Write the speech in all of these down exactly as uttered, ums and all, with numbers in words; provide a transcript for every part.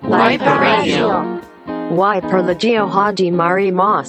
ワイパーラジオ。ワイパーラジオ始まります。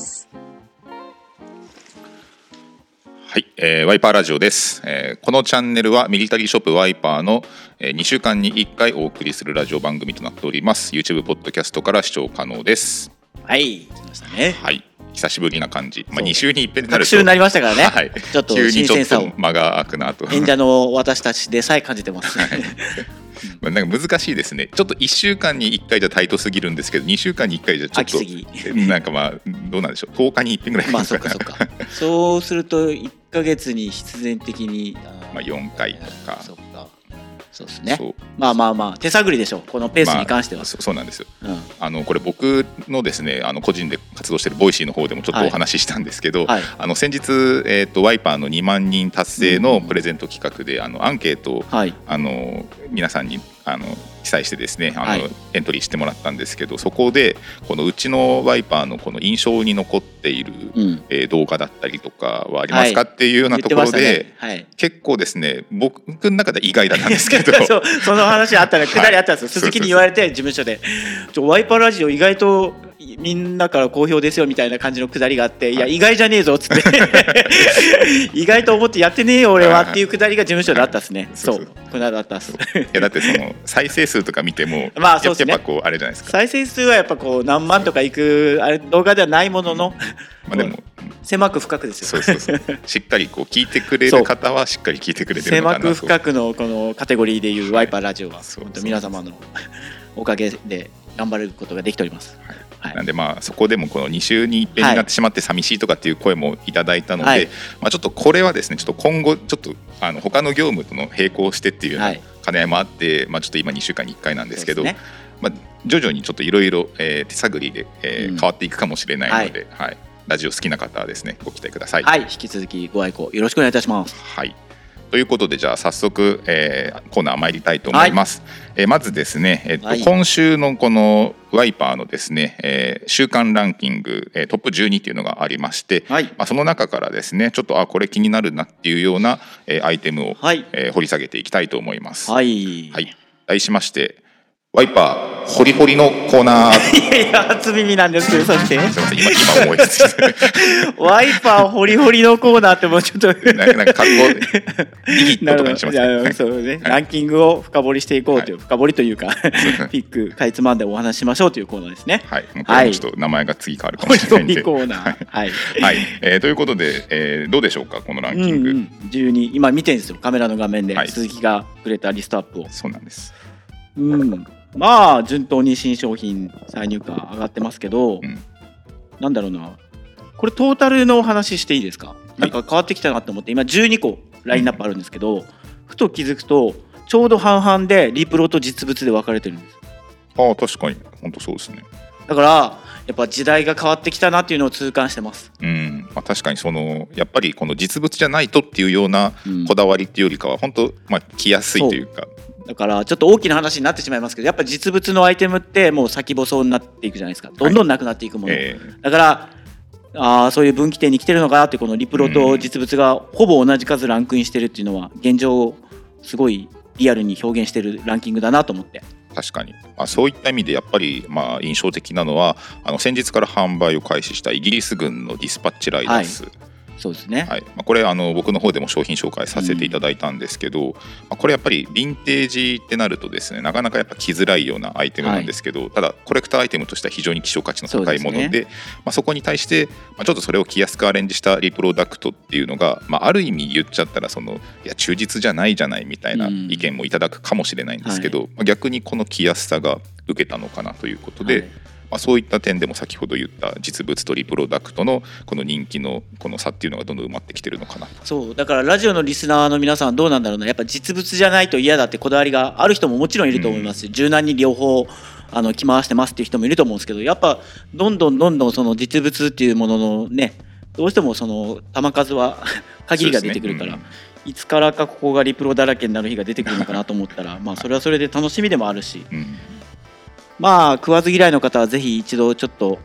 はい、えー、ワイパーラジオです、えー。このチャンネルはミリタリーショップワイパーの、えー、にしゅうかんにいっかいお送りするラジオ番組となっております。 YouTube ポッドキャストから視聴可能です。 はい、来ましたね。 はい、久しぶりな感じ、まあ、に週にいっぺんになると隔週になりましたからね、 はい、 ちょっと急にちょっ新鮮さをと間が空くなと演者の私たちでさえ感じてます、はいまあなんか難しいですね。ちょっといっしゅうかんにいっかいじゃタイトすぎるんですけど、にしゅうかんにいっかいじゃちょっと飽きすぎなんかまあどうなんでしょう、とおかにいっぺんぐらいまあそうかそうかそうするといっかげつに必然的にあ、 まあ、よんかいとか、 そうかそうですね。 そうまあまあまあ手探りでしょう、このペースに関しては、 まあ、そ, そうなんですよ、 うん、 あのこれ僕のですね、あの個人で活動しているボイシーの方でもちょっとお話ししたんですけど、はいはい、あの先日、えー、とワイパーのにまんにん達成のプレゼント企画で、うん、あのアンケートを、はい、あの皆さんにあの記載してですね、あの、はい、エントリーしてもらったんですけど、そこでこのうちのワイパーのこの印象に残っている、うんえー、動画だったりとかはありますか、はい、っていうようなところで、ねはい、結構ですね僕の中では意外だったんですけどそうその話あったらくだりあったんですよ、はい、鈴木に言われて事務所でちょワイパーラジオ意外とみんなから好評ですよみたいな感じのくだりがあって、はい、いや意外じゃねえぞっつって意外と思ってやってねえよ俺はっていうくだりが事務所であったっすね、はい、そうこの間あったっす。 いやだってその再生数とか見てもまあそうですね、 やっぱこうあれじゃないですか、 再生数はやっぱこう何万とかいくあれ動画ではないものの、まあでも狭く深くですよ。 そうそうそうしっかりこう聞いてくれる方はしっかり聞いてくれてるのかなと。 狭く深くのこのカテゴリーでいうワイパーラジオは本当皆様のおかげで頑張ることができております、はいはい、 なんでまあそこでもこのに週にいっぺんになってしまって寂しいとかっていう声もいただいたので、はい、まあ、ちょっとこれはですねちょっと今後ちょっとあの他の業務との並行してっていう兼ね合いもあって、まあ、ちょっと今にしゅうかんにいっかいなんですけど、ね、まあ、徐々にちょっといろいろ手探りで、えー、変わっていくかもしれないので、うん、はいはい、ラジオ好きな方はですねご期待ください。 はい、引き続きご愛顧よろしくお願いいたします。 はい、ということでじゃあ早速、えー、コーナー参りたいと思います、はい、えー、まずですね、えーとはい、今週のこのワイパーのですね、えー、週間ランキング、えー、トップじゅうにっていうのがありまして、はい、まあ、その中からですねちょっとあこれ気になるなっていうような、えー、アイテムを、はい、えー、掘り下げていきたいと思います。はい、はい、題しましてワイパーホリホリのコーナー。 いやいや初耳なんですけど、そしてすいません 今, 今思いついてワイパーホリホリのコーナーってもうちょっとなんかなんか格好リギットとかにしますね。 そうね、はい、ランキングを深掘りしていこうという、はい、深掘りというかピックかいつまんでお話ししましょうというコーナーですね。 はい、もうこれもちょっと名前が次変わるかもしれないんで、 ホリホリコーナーはい、 はい、えー、ということで、えー、どうでしょうかこのランキング、うんうん、 じゅうに今見てるんですよカメラの画面で、はい、鈴木がくれたリストアップを。 そうなんです、 うん、まあ順当に新商品再入荷上がってますけど、うん、なんだろうな、これトータルのお話していいですか。なんか変わってきたなと思って、今じゅうにこラインナップあるんですけど、うん、ふと気づくとちょうど半々でリプロと実物で分かれてるんです。 ああ確かに本当そうですね。 だからやっぱ時代が変わってきたなっていうのを痛感してます。 うん、まあ、確かにそのやっぱりこの実物じゃないとっていうようなこだわりっていうよりかは本当、まあ、着やすいというか、 だからちょっと大きな話になってしまいますけど、やっぱ実物のアイテムってもう先細になっていくじゃないですか。どんどんなくなっていくもの、はい、えー、だからあそういう分岐点に来てるのかなって、このリプロと実物がほぼ同じ数ランクインしてるっていうのは現状をすごいリアルに表現してるランキングだなと思って。 確かに、まあ、そういった意味でやっぱりまあ印象的なのはあの先日から販売を開始したイギリス軍のディスパッチライダース、はい、 そうですね、 はい、まあ、これあの僕の方でも商品紹介させていただいたんですけど、うん、まあ、これやっぱりヴィンテージってなるとですねなかなかやっぱ着づらいようなアイテムなんですけど、はい、ただコレクターアイテムとしては非常に希少価値の高いもの で, で、ね、まあ、そこに対して、まあ、ちょっとそれを着やすくアレンジしたリプロダクトっていうのが、まあ、ある意味言っちゃったらそのいや忠実じゃないじゃないみたいな意見もいただくかもしれないんですけど、うん、はい、まあ、逆にこの着やすさが受けたのかなということで、はい、まあ、そういった点でも先ほど言った実物とリプロダクトのこの人気のこの差っていうのがどんどん埋まってきてるのかなと。 そうだからラジオのリスナーの皆さんどうなんだろうな、やっぱ実物じゃないと嫌だってこだわりがある人ももちろんいると思いますし、うん、柔軟に両方あの着回してますっていう人もいると思うんですけど、やっぱどんどんどんどんその実物っていうもののね、どうしてもその球数は限りが出てくるから、ね、うん、いつからかここがリプロだらけになる日が出てくるのかなと思ったらまあそれはそれで楽しみでもあるし、うん、まあ食わず嫌いの方はぜひ一度ちょっと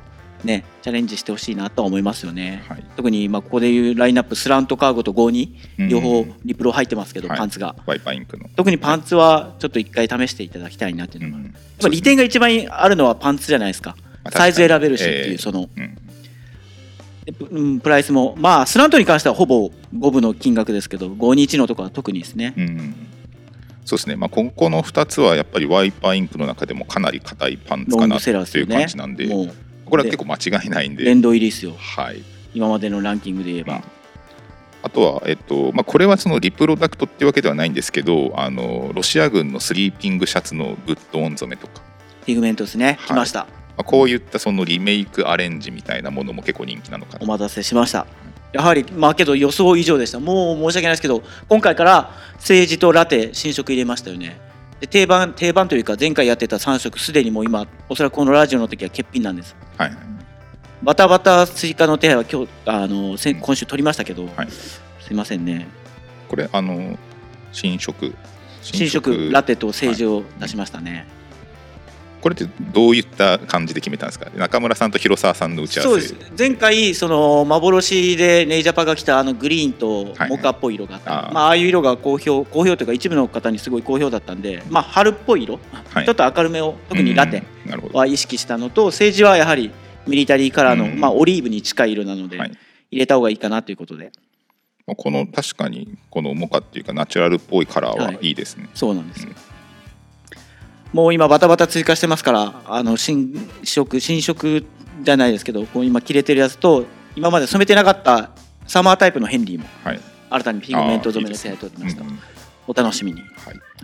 ね、チャレンジしてほしいなとは思いますよね、 はい、 特にまあここでいうラインナップスラントカーゴとごに両方リプロ入ってますけど、 はい、 パンツがワイパーインクの特にパンツはちょっと一回試していただきたいなっていうのが、うん、やっぱ利点が一番あるのはパンツじゃないですか、まあ、サイズ選べるしっていうその、えーうん、プライスもまあスラントに関してはほぼごぶの金額ですけどごにいちのとかは特にですね、うん、 そうですね、まあ、ここのふたつはやっぱりワイパーインクの中でもかなり硬いパンツかなっていう感じなんで、もうこれは結構間違いないんで殿堂入りですよ、 はい、 今までのランキングで言えば、うん、 あとは、えっとまあ、これはそのリプロダクトっていうわけではないんですけど、あのロシア軍のスリーピングシャツのグッドオン染めとかピグメントですね、来ました、 はい、まあ、こういったそのリメイクアレンジみたいなものも結構人気なのかな。 お待たせしました。やはりまあけど予想以上でした。もう申し訳ないですけど、今回からセージとラテ新色入れましたよね。で定番定番というか前回やってたさん色すでにもう今おそらくこのラジオの時は欠品なんです。はい。バタバタ追加の手配は今日あの先今週取りましたけど、はい、すいませんね。 これあの新色新色ラテとセージを出しましたね。はい、 これってどういった感じで決めたんですか。中村さんと広沢さんの打ち合わせ。 そうです。前回その幻でネイジャパが来たあのグリーンとモカっぽい色があった、はいはい、あ, まあああいう色が好評好評というか一部の方にすごい好評だったんで、まあ春っぽい色、はい、ちょっと明るめを特にラテは意識したのと、セージはやはりミリタリーカラーの、まあ、オリーブに近い色なので、はい、入れた方がいいかなということで、 この確かにこのモカっていうかナチュラルっぽいカラーはいいですね。はい、 そうなんですよ。うん、もう今バタバタ追加してますから、あの新色新色じゃないですけど、こう今切れてるやつと今まで染めてなかったサマータイプのヘンリーも新たにピグメント染めの手配を取りました。いいですね。うん、お楽しみに。はい。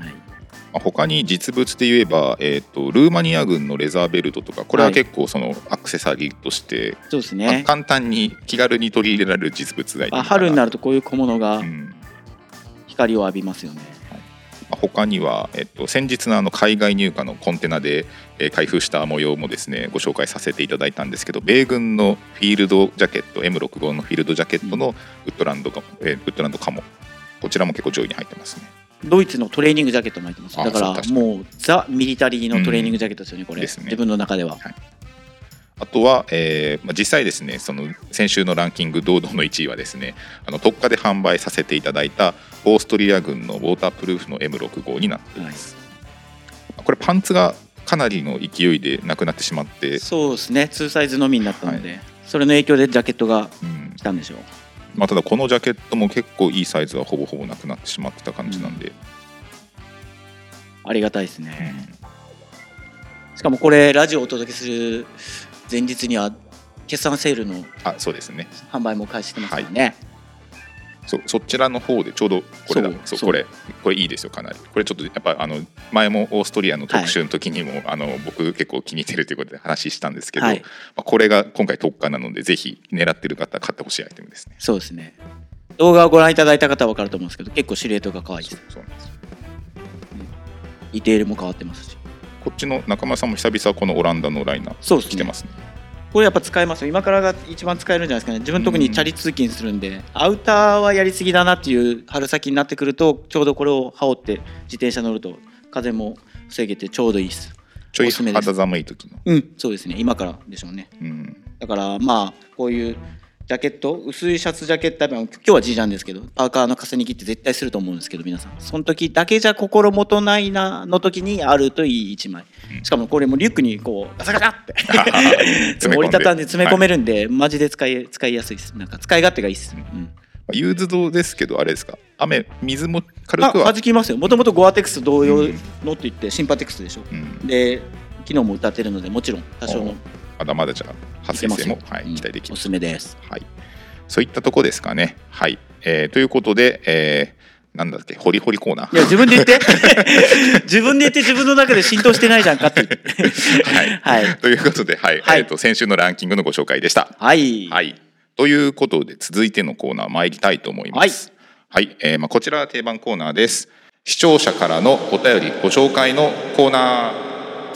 はい、 他に実物で言えば、えーと、ルーマニア軍のレザーベルトとか、これは結構そのアクセサリーとして、はい、そうですね、簡単に気軽に取り入れられる実物アイテム。 春になるとこういう小物が光を浴びますよね。 うん、他には、えっと、先日のあの海外入荷のコンテナで、えー、開封した模様もですねご紹介させていただいたんですけど、米軍のフィールドジャケット エムろくじゅうご のフィールドジャケットのウッドランドカモ、えー、ウッドランドカモ、こちらも結構上位に入ってますね。 ドイツのトレーニングジャケットも入ってます。だからもうザ・ミリタリーのトレーニングジャケットですよね、これ、ですね、自分の中では。はい、 あとは、えーまあ、実際ですね、その先週のランキング堂々のいちいはですね、あの特価で販売させていただいたオーストリア軍のウォータープルーフの エムろくじゅうご になっています。はい、これパンツがかなりの勢いでなくなってしまって、 そうですね、にサイズのみになったので、はい、それの影響でジャケットが来たんでしょう。うん、 まあ、ただこのジャケットも結構いいサイズはほぼほぼなくなってしまってた感じなんで、うん、 ありがたいですね。うん、しかもこれラジオをお届けする前日には決算セールのあそうですね販売も開始してますからね。はい、 そ, そちらの方でちょうどこれだそうそうこれこれいいですよ、かなり。これちょっとやっぱあの前もオーストリアの特集の時にも、はい、あの僕結構気に入ってるということで話したんですけど、はい、まあ、これが今回特価なのでぜひ狙ってる方は買ってほしいアイテムですね。 そうですね。動画をご覧いただいた方は分かると思うんですけど、結構シルエットが可愛いです。そうそうなんですよ。ディテールも変わってますし、 こっちの中村さんも久々このオランダのライナー着てますね。 これやっぱ使えますよ。今からが一番使えるんじゃないですかね。自分特にチャリ通勤するんで、アウターはやりすぎだなっていう春先になってくると、ちょうどこれを羽織って自転車乗ると風も防げてちょうどいいです。 ちょい肌寒い時の。 うん、そうですね。今からでしょうね。うん、だからまあこういうジャケット、薄いシャツジャケット、今日はジージャンですけど、パーカーの重ね着って絶対すると思うんですけど、皆さんその時だけじゃ心もとないなの時にあるといい一枚。しかもこれもリュックにこうガサガサって折りたたんで詰め込めるんで、はい、マジで使い使いやすいです。なんか使い勝手がいいです。うん、 ユーズドですけどあれですか、雨水も軽くは弾きますよ。もともとゴアテックス同様のって言ってシンパテックスでしょ。うん、で機能も歌ってるので、もちろん多少のまだまだじゃあ発生性も、はい、期待できます。 おすすめです。 はい、そういったとこですかね。はい、えー、ということで、えー、なんだっけ、ホリホリコーナー。 いや自分で言って自分で言って自分の中で浸透してないじゃんかって言ってはい、はい、ということで、はいはい、えー、と先週のランキングのご紹介でした。 はい、 はい、ということで続いてのコーナー参りたいと思います。はい、はい、えーまあ、こちらは定番コーナーです。視聴者からのお便りご紹介のコーナー。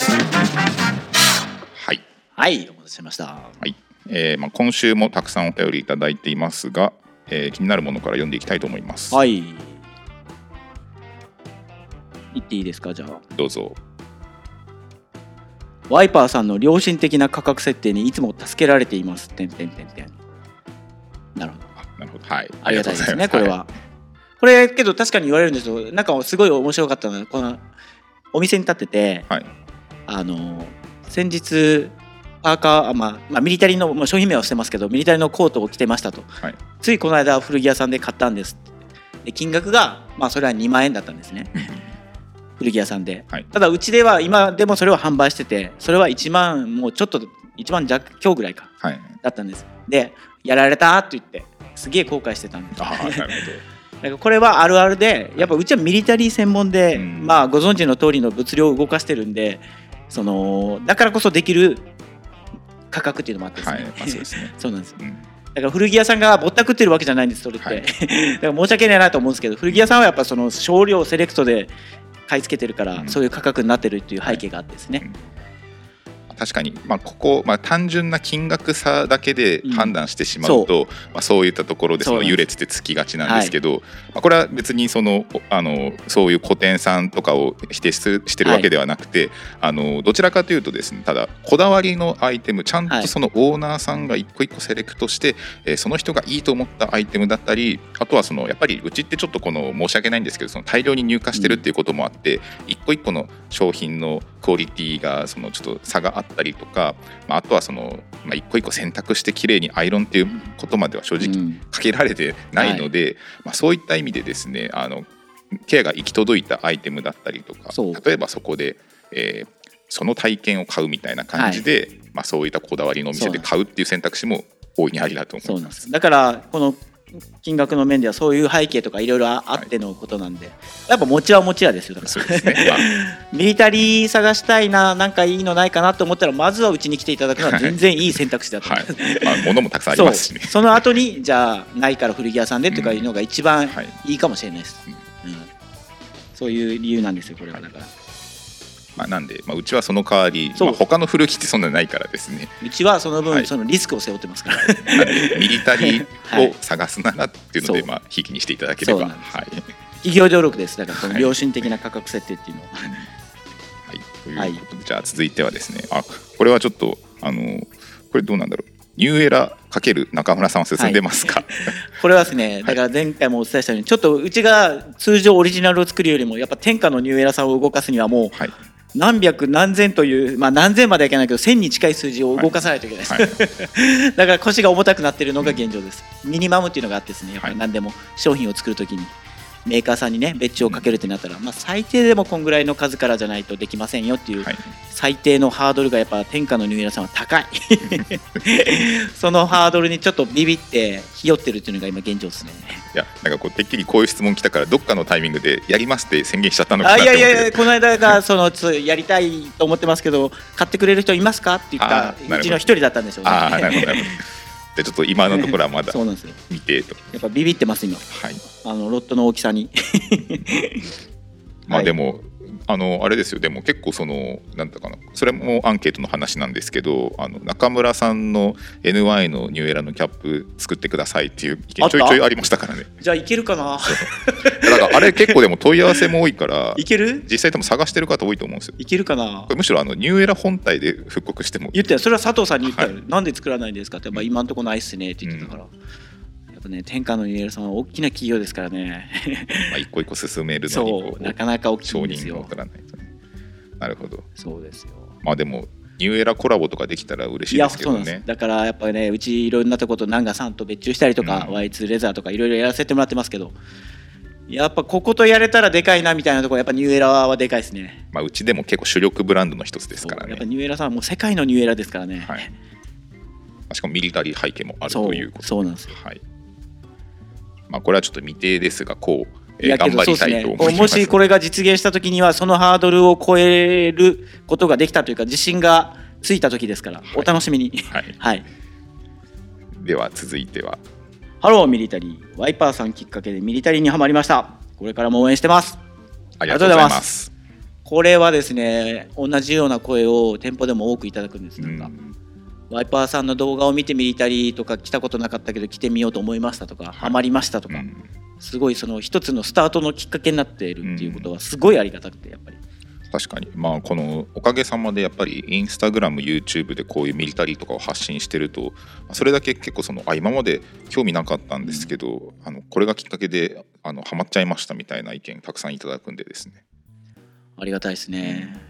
はい、 はい、お待たせしました。 はい、えーまあ、今週もたくさんお便りいただいていますが、えー、気になるものから読んでいきたいと思います。 はい、言っていいですか。じゃあどうぞ。 ワイパーさんの良心的な価格設定にいつも助けられています。てんてんてんてん。なるほど。 あ、なるほど。はい。 ありがたいですね、これは。 はい、 これけど確かに言われるんですよ。なんかすごい面白かったのは、このお店に立ってて、 はい、 あの先日パーカー、まあ、まあミリタリーの、まあ、商品名はしてますけどミリタリーのコートを着てましたと、はい、ついこの間古着屋さんで買ったんですで金額が、まあ、それはにまんえんだったんですね古着屋さんで、はい、ただうちでは今でもそれを販売しててそれはいちまんもうちょっといちまん弱強ぐらいか、はい、だったんです。でやられたって言ってすげえ後悔してたんです。あなるほどなんかこれはあるあるでやっぱうちはミリタリー専門で、うん、まあご存知の通りの物量を動かしてるんでそのだからこそできる価格っていうのもあってですね、はいまあ、そうですねそうなんですよ、うん、だから古着屋さんがぼったくってるわけじゃないんですそれって、はい、だから申し訳ないなと思うんですけど古着屋さんはやっぱその少量セレクトで買い付けてるから、うん、そういう価格になってるっていう背景があってですね、はいうん確かに、まあ、ここ、まあ、単純な金額差だけで判断してしまうと、うん そうまあ、そういったところでその優劣ってつきがちなんですけど、はいまあ、これは別にそのあのそういう個展さんとかを否定してるわけではなくて、はい、あのどちらかというとですねただこだわりのアイテムちゃんとそのオーナーさんが一個一個セレクトして、えー、その人がいいと思ったアイテムだったりあとはそのやっぱりうちってちょっとこの申し訳ないんですけどその大量に入荷してるっていうこともあって、うん、一個一個の商品のクオリティがそのちょっと差があったりとか、まあ、あとはその、まあ、一個一個選択してきれいにアイロンっていうことまでは正直かけられてないので、うんはいまあ、そういった意味でですねあのケアが行き届いたアイテムだったりとか例えばそこで、えー、その体験を買うみたいな感じで、はいまあ、そういったこだわりのお店で買うっていう選択肢も大いにありだと思います。そうなんです。 だからこの金額の面ではそういう背景とかいろいろあってのことなんで、はい、やっぱ持ちは持ちやですよだからそうですね、まあ、ミリタリー探したいななんかいいのないかなと思ったらまずはうちに来ていただくのは全然いい選択肢だと思います、はいまあ、物もたくさんありますしね そ, その後にじゃあないから古着屋さんでとかいうのが一番いいかもしれないです、うんはいうん、そういう理由なんですよこれはだから、 まあ、なんで、まあ、うちはその代わり、まあ、他の古着ってそんなにないからですねうちはその分、はい、そのリスクを背負ってますからミリタリーを探すならっていうので、はいまあ、ひいきにしていただければ、はい、 企業努力ですだからその良心的な価格設定っていうのを、はいはい、ということで、じゃあ続いてはですねあこれはちょっとあのこれどうなんだろうニューエラ×中村さんは進んでますか、はい、 これはですねだから前回もお伝えしたようにちょっとうちが通常オリジナルを作るよりもやっぱ天下のニューエラさんを動かすにはもう、はい何百何千という、まあ、何千まではいけないけど千に近い数字を動かさないといけないです、はいはい、だから腰が重たくなっているのが現状です、うん、ミニマムっていうのがあってですねやっぱり何でも商品を作るときにメーカーさんにね別注をかけるってなったら、まあ、最低でもこんぐらいの数からじゃないとできませんよっていう、はい、最低のハードルがやっぱ天下のニューエラさんは高いそのハードルにちょっとビビってひよってるっていうのが今現状ですね。 いやなんかこうてっきりこういう質問来たからどっかのタイミングでやりますって宣言しちゃったのかなって思って。 あいやいやこの間がそのちょっとやりたいと思ってますけど買ってくれる人いますかって言ったうちの一人だったんでしょうね。 あなるほどなるほどでちょっと今のところはまだそうなんですよ見てとやっぱビビってます今、はい、あのロットの大きさにまあでも、はい、あのあれですよでも結構そのなんだかなそれもアンケートの話なんですけどあの中村さんの エヌワイ のニューエラのキャップ作ってくださいっていう意見ちょいちょいありましたからね。 じゃあいけるかなだからあれ結構でも問い合わせも多いからいける実際多分探してる方多いと思うんですよ。 いけるかな。 これむしろあのニューエラ本体で復刻しても言ったよそれは佐藤さんに言ったよ、はい、なんで作らないんですかって、まあ、今んとこないっすねって言ってたから、うんやっぱね、天下のニューエラさんは大きな企業ですからねまあ一個一個進めるのにそうなかなか大きいんですよ。 承認が分からないとね。なるほど。 そうですよ。 まあでもニューエラコラボとかできたら嬉しいですけどね。いやそうなんです。 だからやっぱりねうちいろんなとことナンガさんと別注したりとか、うん、ワイツー レザーとかいろいろやらせてもらってますけどやっぱこことやれたらでかいなみたいなところやっぱニューエラはでかいですね。 まあうちでも結構主力ブランドの一つですからね。 やっぱニューエラさんはもう世界のニューエラですからね、 はい、しかもミリタリー背景もあるということでそうなんですよ、 はいまあ、これはちょっと未定ですがこうえー、頑張りたいと思います。 もしこれが実現したときにはそのハードルを超えることができたというか自信がついたときですから、はい、お楽しみに、 はいはい、では続いてはハローミリタリーワイパーさんきっかけでミリタリーにはまりました。これからも応援してます。 ありがとうございます。 これはですね同じような声を店舗でも多くいただくんです。なんかワイパーさんの動画を見てミリタリーとか来たことなかったけど来てみようと思いましたとか、はい、ハマりましたとか、うんすごいその一つのスタートのきっかけになっているっていうことはすごいありがたくてやっぱり確かに、まあ、このおかげさまでやっぱりインスタグラム YouTube でこういうミリタリーとかを発信してると、それだけ結構そのあ今まで興味なかったんですけど、うん、あのこれがきっかけであのハマっちゃいましたみたいな意見たくさんいただくんでですね、 ありがたいですね、うん、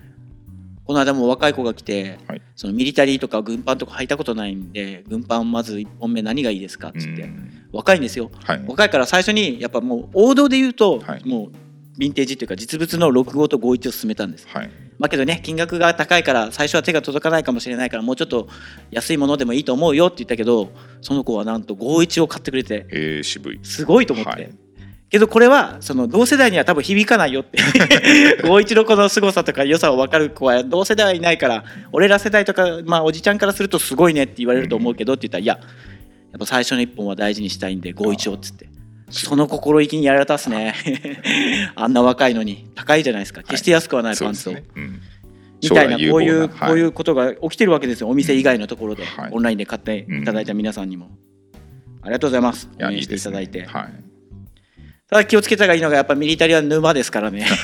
この間も若い子が来て、はい、そのミリタリーとか軍パンとか履いたことないんで、軍パンまずいっぽんめ何がいいですかって言って、うん、若いんですよ、はい、若いから最初にやっぱもう王道で言うと、はい、もうヴィンテージというか実物のろく号とごじゅういちを勧めたんです、はい、まあけどね金額が高いから最初は手が届かないかもしれないからもうちょっと安いものでもいいと思うよって言ったけど、その子はなんとごじゅういちを買ってくれて、 えー、渋いすごいと思って、はい、けどこれはその同世代には多分響かないよってごじゅういちの子の凄さとか良さを分かる子は同世代はいないから、俺ら世代とか、まあ、おじちゃんからするとすごいねって言われると思うけどって言ったら、いややっぱ最初の一本は大事にしたいんでごじゅういちをっつって、その心意気にやられたっすねあんな若いのに高いじゃないですか、決して安くはないパンツを、はいねうん、みたいなこういう、はい、こういうことが起きてるわけですよ、お店以外のところで、はい、オンラインで買っていただいた皆さんにも、うん、ありがとうございます。応援していただいて、いいですね、はい、ただ気をつけた方がいいのがやっぱミリタリーは沼ですからね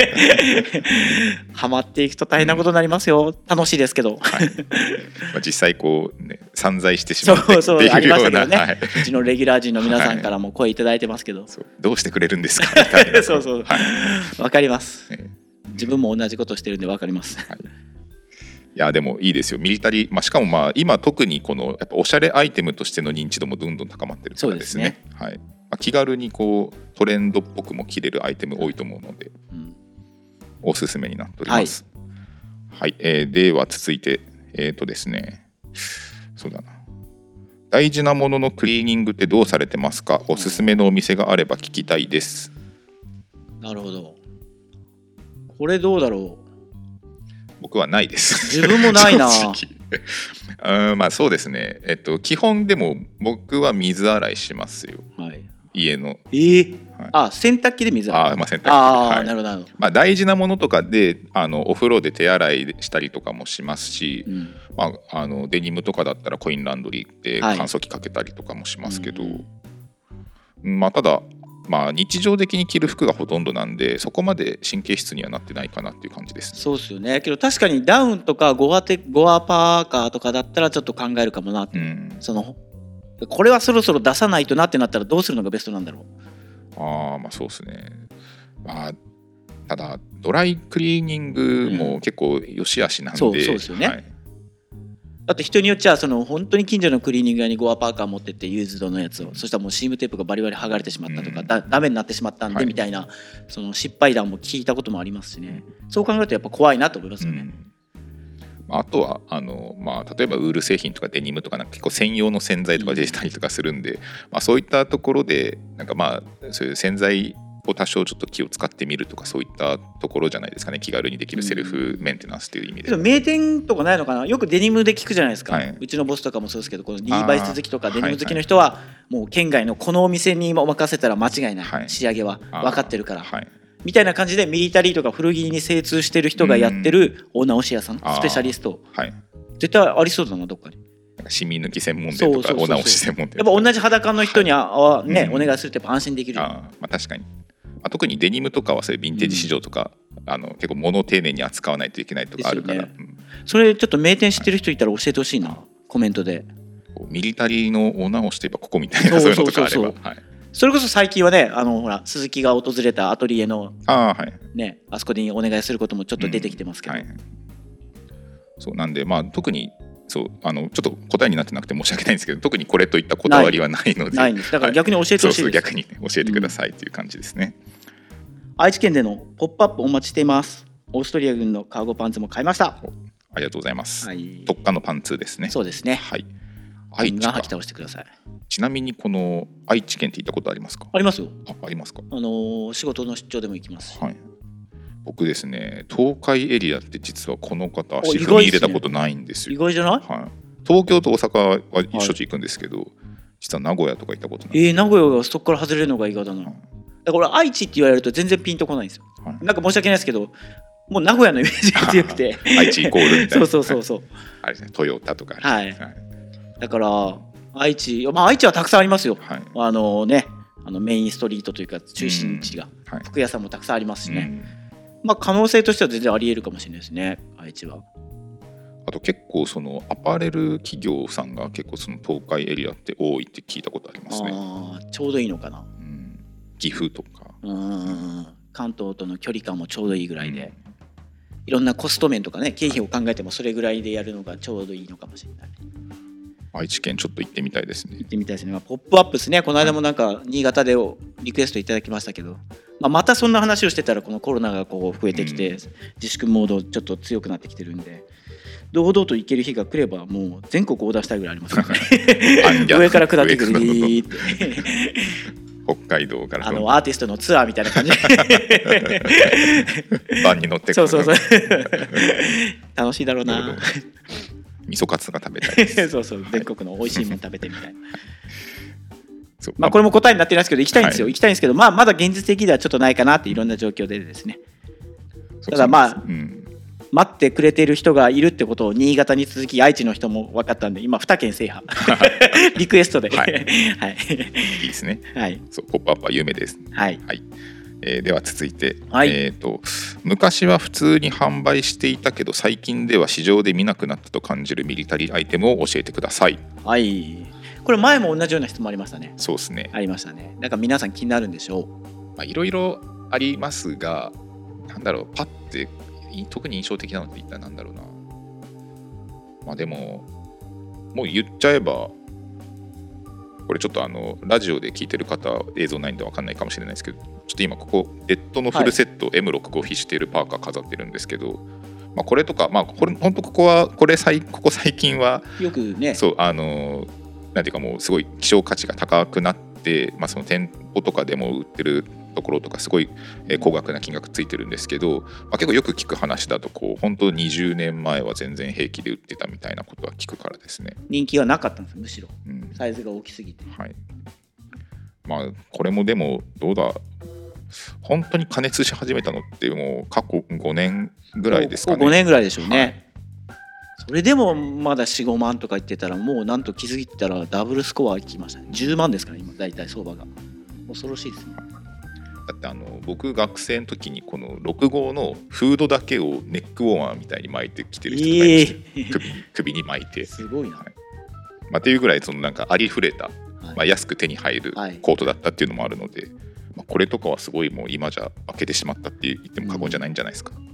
ハマっていくと大変なことになりますよ、楽しいですけど、はいまあ、実際こう、ね、散財してしまってっていうようなそうそうありましたけどね、はい、うちのレギュラー陣の皆さんからも声いただいてますけど、はい、 そうどうしてくれるんですかみたいなそうそう、はい、分かります、ね、自分も同じことしてるんで分かります、はい、 いやでもいいですよミリタリー、まあ、しかもまあ今特にこのやっぱおしゃれアイテムとしての認知度もどんどん高まってるからですね、そうですね、はいまあ、気軽にこうトレンドっぽくも着れるアイテム多いと思うので、うん、おすすめになっております、はいはいえー、では続いてえっ、ー、とですねそうだな大事なもののクリーニングってどうされてますか、おすすめのお店があれば聞きたいです。 なるほど、これどうだろう、 僕はないです自分もないなうんまあそうですね、えっと基本でも僕は水洗いしますよ、はい、家のえーはい、あ洗濯機で水洗い、 あ、まあ、洗濯機あ、はい、なるほどなるほど、 まあ、大事なものとかであのお風呂で手洗いしたりとかもしますし、うんまあ、あのデニムとかだったらコインランドリーで乾燥機かけたりとかもしますけど、はいうんまあ、ただ、まあ、日常的に着る服がほとんどなんでそこまで神経質にはなってないかなっていう感じです、ね、 そうですよね。けど確かにダウンとかゴアテゴアパーカーとかだったらちょっと考えるかもなって、うん、そのこれはそろそろ出さないとなってなったらどうするのがベストなんだろう。 ああまあそうですね、まあ、ただドライクリーニングも結構良し悪しなんで、うん、そう、そうですよね、はい、 だって人によっちゃその本当に近所のクリーニング屋にゴアパーカー持ってってユーズドのやつを、そしたらもうシームテープがバリバリ剥がれてしまったとか、うん、だダメになってしまったんでみたいな、はい、その失敗談も聞いたこともありますしね、そう考えるとやっぱ怖いなと思いますよね、うんあとはあの、まあ、例えばウール製品とかデニムとかなんか結構専用の洗剤とか出てたりとかするんで、うんまあ、そういったところでなんかまあそういう洗剤を多少ちょっと気を使ってみるとかそういったところじゃないですかね、気軽にできるセルフメンテナンスという意味で、 うん、名店とかないのかな。よくデニムで聞くじゃないですか、はい、うちのボスとかもそうですけどこのリーバイス好きとかデニム好きの人はもう県外のこのお店に任せたら間違いない、はい、仕上げは分かってるから、はいみたいな感じでミリタリーとか古着に精通してる人がやってるお直し屋さん、スペシャリスト、はい、絶対ありそうだなどっかに。 シミ抜き専門店とかお直し専門店、 やっぱ同じ裸の人には、はい、ね、うん、お願いするとやっぱ安心できる。 あ、まあ、確かに、まあ、特にデニムとかはそういうヴィンテージ市場とか、うん、あの結構物を丁寧に扱わないといけないとかあるから、ねうん、 それちょっと名店知ってる人いたら教えてほしいな、はい、コメントで。 ミリタリーのお直しといえばここみたいなそういうのとかあれば、そうそうそうそう、はい、 それこそ最近はね、あのほら鈴木が訪れたアトリエのあ,、はいね、あそこにお願いすることもちょっと出てきてますけど、うんはい、 そうなんで、まあ、特にそうあのちょっと答えになってなくて申し訳ないんですけど特にこれといったこだわりはないので、 ないんです。だから逆に教えてほしいです、はい、 そうそう逆に、ね、教えてくださいという感じですね、 うん、愛知県でのポップアップお待ちしています。オーストリア軍のカーゴパンツも買いました。ありがとうございます、はい、特価のパンツですね。 そうですね、 はい、 愛知か履き倒してください。 ちなみにこの愛知県って行ったことありますか？ ありますよ。 あ、ありますか。 あのー、仕事の出張でも行きますし、はい、僕ですね東海エリアって実はこの方足踏み入れたことないんですよ。 意外じゃない？ はい、東京と大阪はしょっちゅう行くんですけど、はい、実は名古屋とか行ったことない。 えー、名古屋がそこから外れるのが意外だな、はい、だから愛知って言われると全然ピンとこないんですよ、はい、なんか申し訳ないですけどもう名古屋のイメージが強くて愛知イコールみたいなそうそうそうそう、 あれですね、トヨタとか、 はいはい、だから愛知、まあ、愛知はたくさんありますよ、はい、あのね、あのメインストリートというか中心地が、うんはい、服屋さんもたくさんありますしね、 まあ可能性としては全然ありえるかもしれないですね、愛知は。 あと結構そのアパレル企業さんが結構その東海エリアって多いって聞いたことありますね。 あちょうどいいのかな、 うん、岐阜とか、 うん、関東との距離感もちょうどいいぐらいで、 うん、 いろんなコスト面とかね経費を考えてもそれぐらいでやるのがちょうどいいのかもしれない。 愛知県ちょっと行ってみたいですね。 行ってみたいですね。まあ、ポップアップですね。この間もなんか新潟でリクエストいただきましたけど、まあ、またそんな話をしてたらこのコロナがこう増えてきて、うん、自粛モードちょっと強くなってきてるんで、堂々と行ける日が来ればもう全国横断したいぐらいありますね上から下ってくるって北海道からあのアーティストのツアーみたいな感じバンに乗ってくる。 そうそうそう楽しいだろうな。 味噌カツが食べたいですそうそう、全国の美味しいもの食べてみたいな、はい、 そう、 まあ、これも答えになってないですけど行きたいんですよ、 はい、 行きたいんですけど、まあ、まだ現実的ではちょっとないかなっていろんな状況でですね。ただまあ、うん、待ってくれている人がいるってことを新潟に続き愛知の人も分かったんで、今に県制覇リクエストで、はい、はい、 いいですね、 はい、 そうポップアップは有名です、 はいはい。えー、では続いて、 はい、 えーと、昔は普通に販売していたけど最近では市場で見なくなったと感じるミリタリーアイテムを教えてください。 はい、これ前も同じような質問ありましたね。 そうですね、 ありましたね。なんか皆さん気になるんでしょう。いろいろありますが、なんだろう、パッて特に印象的なのって一体なんだろうな。まあでももう言っちゃえば、これちょっとあのラジオで聞いてる方映像ないんで分かんないかもしれないですけど、ちょっと今ここレッドのフルセット、はい、エムろくじゅうご フィッシュテールパーカー飾ってるんですけど、まあ、これとか、まあ、これ本当ここはこれここ最近はよくね、 そうあのなんていうかもうすごい希少価値が高くなって、まあ、その店舗とかでも売ってるところとかすごい高額な金額ついてるんですけど、まあ、結構よく聞く話だとこう本当にじゅうねんまえは全然平気で売ってたみたいなことは聞くからですね。 人気はなかったんです、むしろ、 うん、 サイズが大きすぎて、 はい。まあこれもでもどうだ、本当に加熱し始めたのってもう過去ごねんぐらいですかね。 ごねんぐらいでしょうね、はい。それでもまだ よん,ご 万とか言ってたら、もうなんと気づいたらダブルスコアいきましたね。じゅうまんですから今大体相場が。恐ろしいですね。 だってあの僕学生の時にこのろくごうのフードだけをネックウォーマーみたいに巻いてきてる人がいまして、えー、首, 首に巻いてすごいな、 はい。まあ、っていうぐらいそのなんかありふれた、はい、まあ、安く手に入るコートだったっていうのもあるので、はい、まあ、これとかはすごいもう今じゃ負けてしまったって言っても過言じゃないんじゃないですか、うん、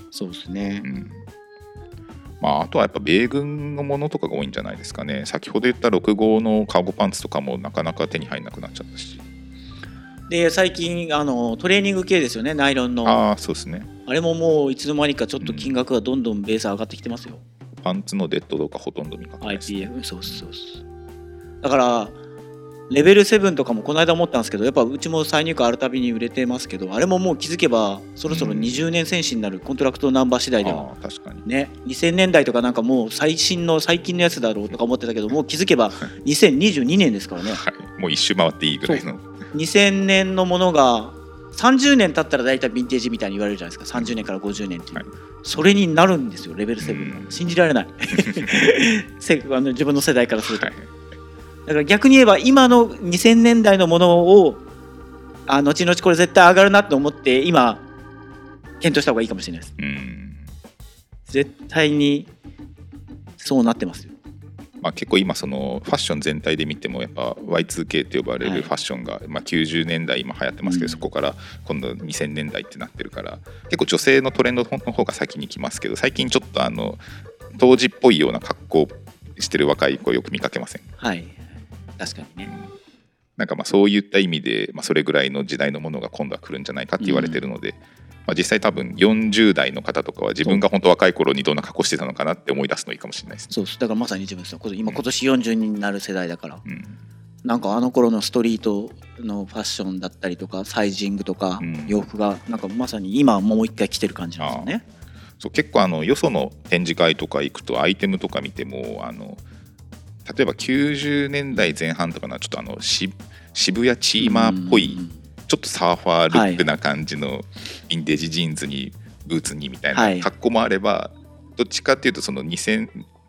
そうですね、 うん。まあ、あとはやっぱ米軍のものとかが多いんじゃないですかね。先ほど言ったろくごうのカーゴパンツとかもなかなか手に入らなくなっちゃったし、 で最近あのトレーニング系ですよね、ナイロンの。 ああ、そうですね。 あれももういつの間にかちょっと金額がどんどんベース上がってきてますよ、 うん、パンツのデッドとかほとんど見かけないです、ね、 アイピーエフ、そうそうそう。だからレベルセブンとかもこの間思ったんですけど、やっぱうちも再入荷あるたびに売れてますけど、あれももう気づけばそろそろにじゅうねん選手になるコントラクトナンバー次第では、 あ、確かにね、にせんねんだいとかなんかもう最新の最近のやつだろうとか思ってたけど、もう気づけばにせんにじゅうにねんですからね、はい、 もう一周回っていいぐらいの。 にせんねんのものがさんじゅうねん経ったら大体ヴィンテージみたいに言われるじゃないですか。さんじゅうねんからごじゅうねんっていう、はい、それになるんですよレベルセブンの。信じられないあの自分の世代からすると、はい、だから逆に言えば今のにせんねんだいのものをあ後々これ絶対上がるなと思って今検討した方がいいかもしれないです。 うん、 絶対にそうなってますよ。 まあ、結構今そのファッション全体で見てもやっぱ ワイツーケー と呼ばれるファッションが、まあきゅうじゅうねんだい今流行ってますけど、そこから今度にせんねんだいってなってるから、結構女性のトレンドの方が先に来ますけど、最近ちょっとあの当時っぽいような格好してる若い子よく見かけません？ はい、確かにね、うん、 なんかまあそういった意味で、まあ、それぐらいの時代のものが今度は来るんじゃないかって言われてるので、うん、まあ、実際多分よんじゅうだいの方とかは自分が本当若い頃にどんな格好してたのかなって思い出すのいいかもしれないですね。 そうです。だからまさに自分ですよ。今今年よんじゅうになる世代だから、 うん、 なんかあの頃のストリートのファッションだったりとかサイジングとか洋服がなんかまさに今もう一回来てる感じなんですよね。 そう、結構あのよその展示会とか行くとアイテムとか見ても、あの例えばきゅうじゅうねんだいぜん半とかのちょっとあのし渋谷チーマーっぽい、ちょっとサーファールックな感じのヴィンテージジーンズにブーツにみたいな格好もあれば、どっちかっていうとそのにせん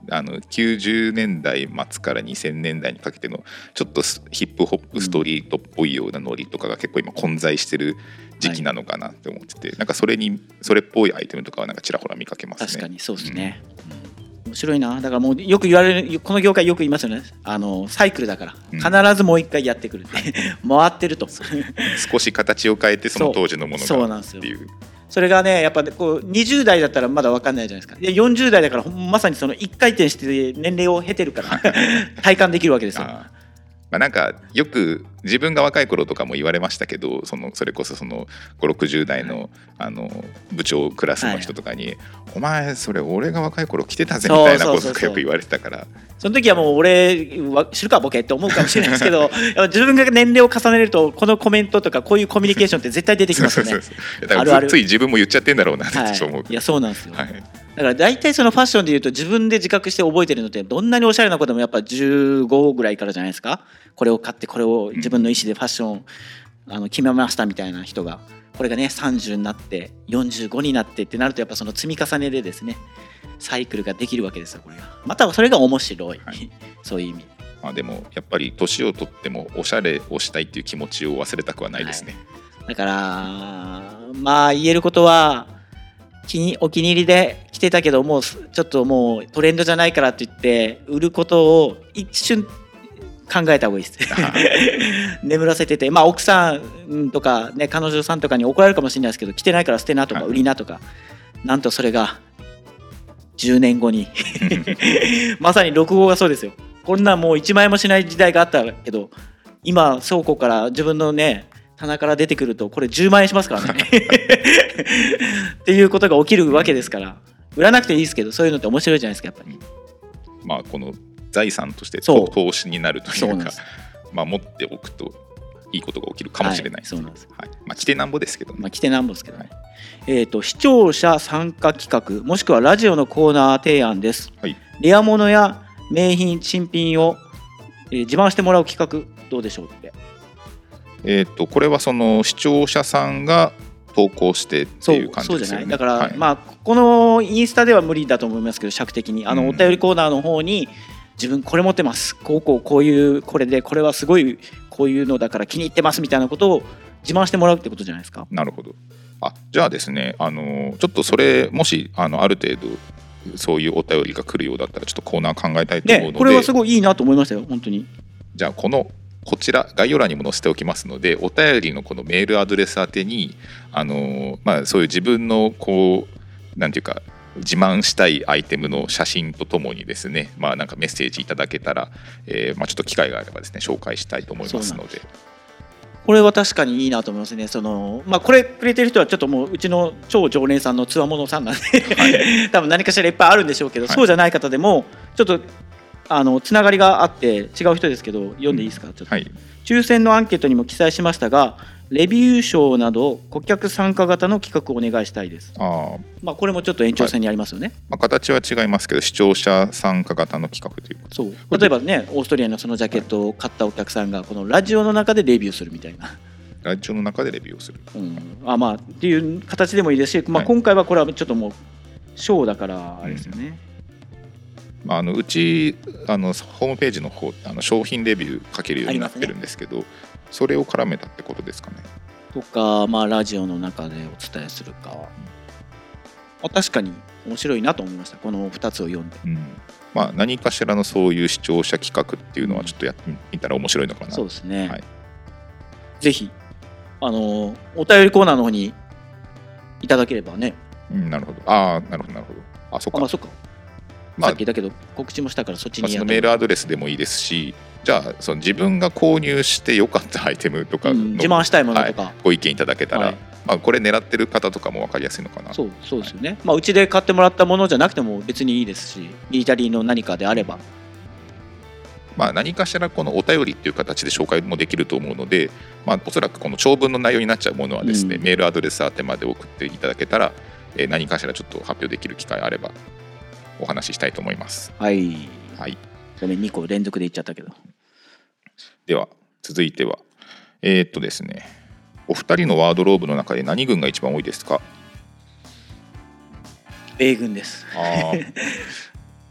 あのきゅうじゅうねんだい末からにせんねんだいにかけてのちょっとヒップホップストリートっぽいようなノリとかが結構今混在してる時期なのかなって思ってて、はい、なんかそれにそれっぽいアイテムとかはなんかちらほら見かけますね。 確かにそうですね、うん、面白いな。だからもうよく言われる、この業界よく言いますよね、あのサイクルだから必ずもう一回やってくるって、うん、回ってると少し形を変えてその当時のものがっていう。 それがねやっぱねこうにじゅうだいだったらまだ分かんないじゃないですか。でよんじゅうだいだからまさにその一回転して年齢を経てるから体感できるわけですよ。 あまあ、なんかよく自分が若い頃とかも言われましたけど、そのそれこそそのごじゅうろくじゅうだい の,、はい、あの部長クラスの人とかに、はい、お前それ俺が若い頃着てたぜみたいなこととかよく言われてたから、 その時はもう俺知るかボケって思うかもしれないですけど自分が年齢を重ねるとこのコメントとかこういうコミュニケーションって絶対出てきますよね。そうそうそうだからあるあるつい自分も言っちゃってんだろうなってそう思う、 はい、いやそうなんですよ、 はい、 だから大体そのファッションでいうと自分で自覚して覚えてるのってどんなにおしゃれなこともやっぱじゅうごぐらいからじゃないですか。これを買ってこれを自分の意思でファッションあの決めましたみたいな人がこれがねさんじゅうになってよんじゅうごになってってなるとやっぱその積み重ねでですねサイクルができるわけですよ。これがまたそれが面白い、はい、そういう意味。 まあ、でもやっぱり年を取ってもおしゃれをしたいっていう気持ちを忘れたくはないですね、 はい、だからまあ言えることは気にお気に入りで着てたけどもうちょっともうトレンドじゃないからって言って売ることを一瞬考えた方がいいです眠らせてて、まあ、奥さんとか、ね、彼女さんとかに怒られるかもしれないですけど着てないから捨てなとか売りなとか、なんとそれがじゅうねんごにまさにろくごうがそうですよ。こんなんもういちまん円もしない時代があったけど今倉庫から自分のね棚から出てくるとこれじゅうまんえんしますからねっていうことが起きるわけですから、売らなくていいですけどそういうのって面白いじゃないですかやっぱり。 まあこの財産として投資になるというか、まあ、持っておくといいことが起きるかもしれないです。着てなんぼですけどね。 まあ、着てなんぼですけどね、はいえー、と視聴者参加企画もしくはラジオのコーナー提案です、はい、レア物や名品新品を、えー、自慢してもらう企画どうでしょうって。 えー、とこれはその視聴者さんが投稿してっていう感じですよね。そうじゃない。 だから、 はい、 まあこのインスタでは無理だと思いますけど尺的にあのお便りコーナーの方に自分これ持ってますこうこうこういうこれでこれはすごいこういうのだから気に入ってますみたいなことを自慢してもらうってことじゃないですか。 なるほど。あじゃあですねあのちょっとそれもし あのある程度そういうお便りが来るようだったらちょっとコーナー考えたいと思うので、 ね、これはすごいいいなと思いましたよ本当に。 じゃあこのこちら概要欄にも載せておきますのでお便りのこのメールアドレス宛てにあの、まあ、そういう自分のこうなんていうか自慢したいアイテムの写真とともにですね、まあ、なんかメッセージいただけたら、えーまあ、ちょっと機会があればですね紹介したいと思いますので。 これは確かにいいなと思いますね。その、まあ、これくれてる人はちょっともううちの超常連さんのつわものさんなんで、はい、多分何かしらいっぱいあるんでしょうけど、はい、そうじゃない方でもちょっとあのつながりがあって違う人ですけど読んでいいですか、うん、ちょっと、はい、抽選のアンケートにも記載しましたがレビュー賞など顧客参加型の企画をお願いしたいです。あ、まあ、これもちょっと延長線にありますよね、はいまあ、 形は違いますけど視聴者参加型の企画ということ。 そう例えばねオーストリアのそのジャケットを買ったお客さんがこのラジオの中でレビューするみたいな。 ラジオの中でレビューをする、 うん、あまあっていう形でもいいですし、まあ、今回はこれはちょっともうショーだからあれですよね、 うんまあ、あのうちあのホームページの方あの商品レビュー書けるようになってるんですけど、ね、それを絡めたってことですかね。 とか、まあ、ラジオの中でお伝えするか、まあ、確かに面白いなと思いましたこのふたつを読んで、うんまあ、何かしらのそういう視聴者企画っていうのはちょっとやってみたら面白いのかな、うん、 そうですね、はい、ぜひあのお便りコーナーの方にいただければね、 うん、なるほどああなるほどなるほどあそっかあ、まあ、そっか、まあ、さっきだけど告知もしたからそっちにやる、 まあ、そのメールアドレスでもいいですしじゃあその自分が購入して良かったアイテムとかの、うん、 自慢したいものとか、 はい、ご意見いただけたら、はいまあ、これ狙ってる方とかも分かりやすいのかな。 そう、そうですよね、はいまあ、うちで買ってもらったものじゃなくても別にいいですしミリタリーの何かであればまあ、何かしらこのお便りっていう形で紹介もできると思うので、まあ、おそらくこの長文の内容になっちゃうものはですね、うん、メールアドレス宛てまで送っていただけたら、えー、何かしらちょっと発表できる機会あればお話ししたいと思います。 はい、はい、ごめんにこ連続で言っちゃったけど。 では続いてはえー、っとですねお二人のワードローブの中で何軍が一番多いですか？ 米軍です。あ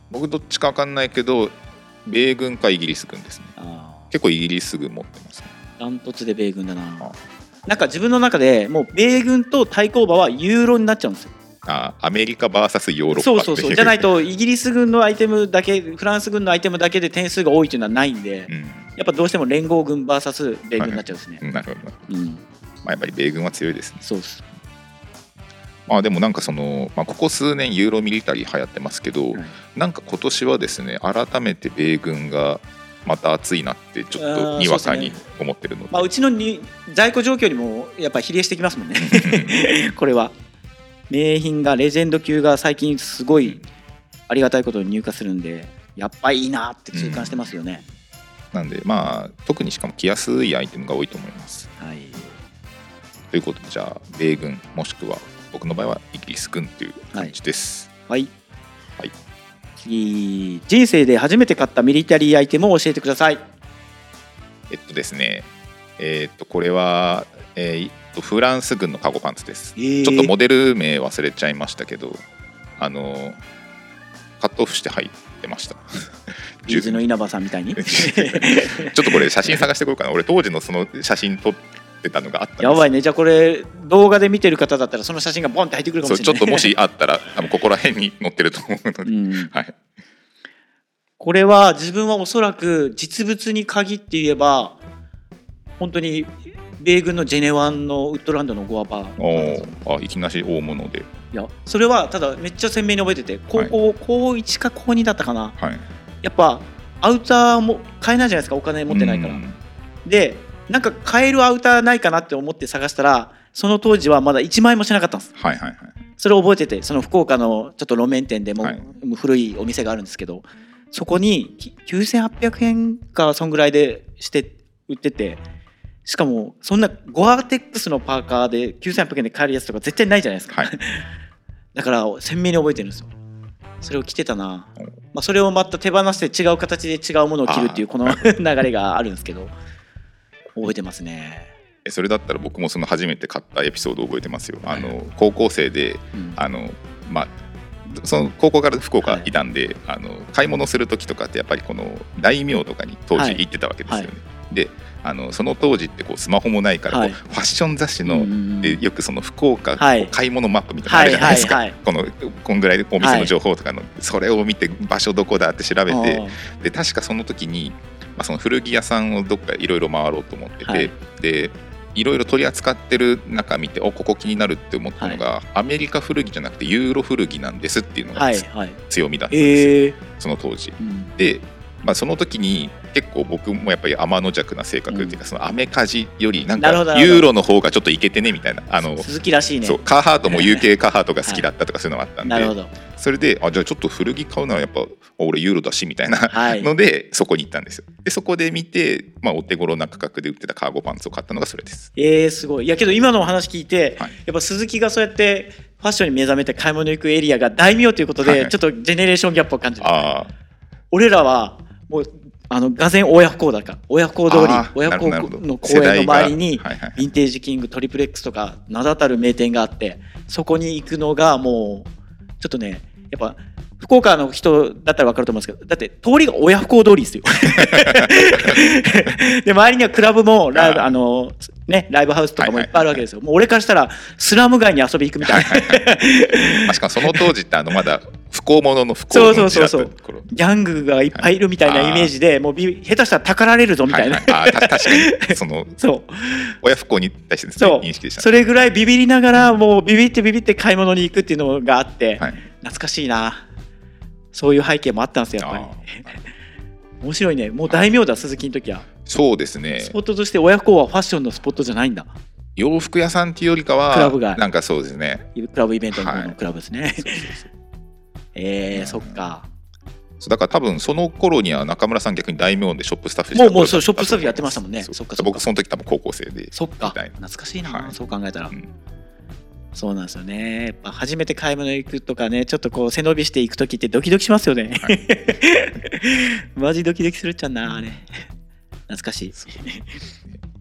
僕どっちか分かんないけど米軍かイギリス軍ですね。 あ結構イギリス軍持ってますね。 ダントツで米軍だな。 あなんか自分の中でもう米軍と対抗馬はユーロになっちゃうんですよ。 あアメリカ ブイエス ヨーロッパってそうそうそう。じゃないとイギリス軍のアイテムだけフランス軍のアイテムだけで点数が多いというのはないんで、 うん、 やっぱどうしても連合軍 ブイエス 米軍になっちゃうんですね。 はい、なるほど、 うんまあ、やっぱり米軍は強いですね。 そうです。 まあ、でもなんかその、まあ、ここ数年ユーロミリタリー流行ってますけど、はい、なんか今年はですね改めて米軍がまた熱いなってちょっとにわかに思ってるので、 うまあ、うちのに在庫状況にもやっぱ比例してきますもんねこれは名品がレジェンド級が最近すごいありがたいことに入荷するんでやっぱいいなって痛感してますよね、 うん、なんでまあ特にしかも着やすいアイテムが多いと思います、 はい、 ということでじゃあ米軍もしくは僕の場合はイギリス軍という感じです。 はい、はいはい、 次人生で初めて買ったミリタリーアイテムを教えてください。 えっとですねえー、っとこれは、えー、フランス軍のカゴパンツです、えー、ちょっとモデル名忘れちゃいましたけどあのカットオフして入ってましたビーズの稲葉さんみたいにちょっとこれ写真探してこようかな。俺当時のその写真撮ってたのがあったんです。 やばいね。じゃあこれ動画で見てる方だったらその写真がボンって入ってくるかもしれない。 そうちょっともしあったら多分ここら辺に載ってると思うので、うんはい、 これは自分はおそらく実物に限って言えば本当に米軍のジェネワンのウッドランドのゴアバー。 あいきなし大物で。 いやそれはただめっちゃ鮮明に覚えてて高校、はい、こういちかこうにだったかな、はい、やっぱアウターも買えないじゃないですかお金持ってないから。でなんか買えるアウターないかなって思って探したらその当時はまだいちまん円もしなかったんです、はいはいはい、それを覚えててその福岡のちょっと路面店でも、はい、古いお店があるんですけどそこにきゅうせんはっぴゃくえんかそんぐらいでして売っててしかもそんなゴアテックスのパーカーできゅうせんはっぴゃくえんで買えるやつとか絶対ないじゃないですか、はい、だから鮮明に覚えてるんですよ。それを着てたな、まあ、それをまた手放して違う形で違うものを着るっていうこの流れがあるんですけど覚えてますね。 それだったら僕もその初めて買ったエピソードを覚えてますよ。あの高校生で、うん、あのまあその高校から福岡いたんで、はい、あの買い物する時とかってやっぱりこの大名とかに当時行ってたわけですよね、はいはい、であのその当時ってこうスマホもないからこう、はい、ファッション雑誌のでよくその福岡買い物マップみたいなのあるじゃないですか、はいはいはいはい、このこんぐらいお店の情報とかの、はい、それを見て場所どこだって調べてで確かその時に、まあ、その古着屋さんをどっかいろいろ回ろうと思ってて、はい、でいろいろ取り扱ってる中見ておここ気になるって思ったのが、はい、アメリカ古着じゃなくてユーロ古着なんですっていうのが、はいはい、強みだったんですよ、えー、その当時、うん、で、まあ、その時に結構僕もやっぱり天の弱な性格っていうか、うん、そのアメカジよりなんかユーロの方がちょっとイケてねみたいなあの鈴木らしいね。 そうカーハートも ユーケー カーハートが好きだったとかそういうのがあったんで、 なるほどそれであじゃあちょっと古着買うのはやっぱ俺ユーロだしみたいなので、はい、そこに行ったんですよ。でそこで見て、まあ、お手頃な価格で売ってたカーゴパンツを買ったのがそれです。 えー、すごい。いやけど今のお話聞いて、はい、やっぱ鈴木がそうやってファッションに目覚めて買い物行くエリアが大名ということで、はいはい、ちょっとジェネレーションギャップを感じる。あ俺らはもうあの俄然親不孝だか親不孝通り親不孝の公園の周りにヴィンテージキングトリプレックスとか名だたる名店があってそこに行くのがもうちょっとねやっぱ福岡の人だったら分かると思うんですけどだって通りが親不孝通りですよで周りにはクラブもライブあの、ね、ライブハウスとかもいっぱいあるわけですよ。もう俺からしたらスラム街に遊び行くみたいな確かその当時ってあのまだ不幸者の不幸の時だった頃ギャングがいっぱいいるみたいなイメージでもうビ下手したらたかられるぞみたいな、はいはい、あ確かにそのそう親不孝に対してです、ね、認識でした、ね、それぐらいビビりながらもうビビってビビって買い物に行くっていうのがあって、はい、懐かしいな。そういう背景もあったんですよやっぱり面白いね。もう大名だ鈴木の時は。 そうですね。 スポットとして親不孝はファッションのスポットじゃないんだ。 洋服屋さんっていうよりかはクラブ街なんかそうですねクラブイベントのクラブですね、はい、そうそうそうえー、そっか。 そうだから多分その頃には中村さん逆に大名でショップスタッフもうもうそうショップスタッフやってましたもんね。そそっかそっか僕その時多分高校生でそっか懐かしいな、はい、そう考えたら、うん、そうなんですよね。やっぱ初めて買い物行くとかねちょっとこう背伸びしていく時ってドキドキしますよね、はい、マジドキドキするっちゃなあれ懐かしい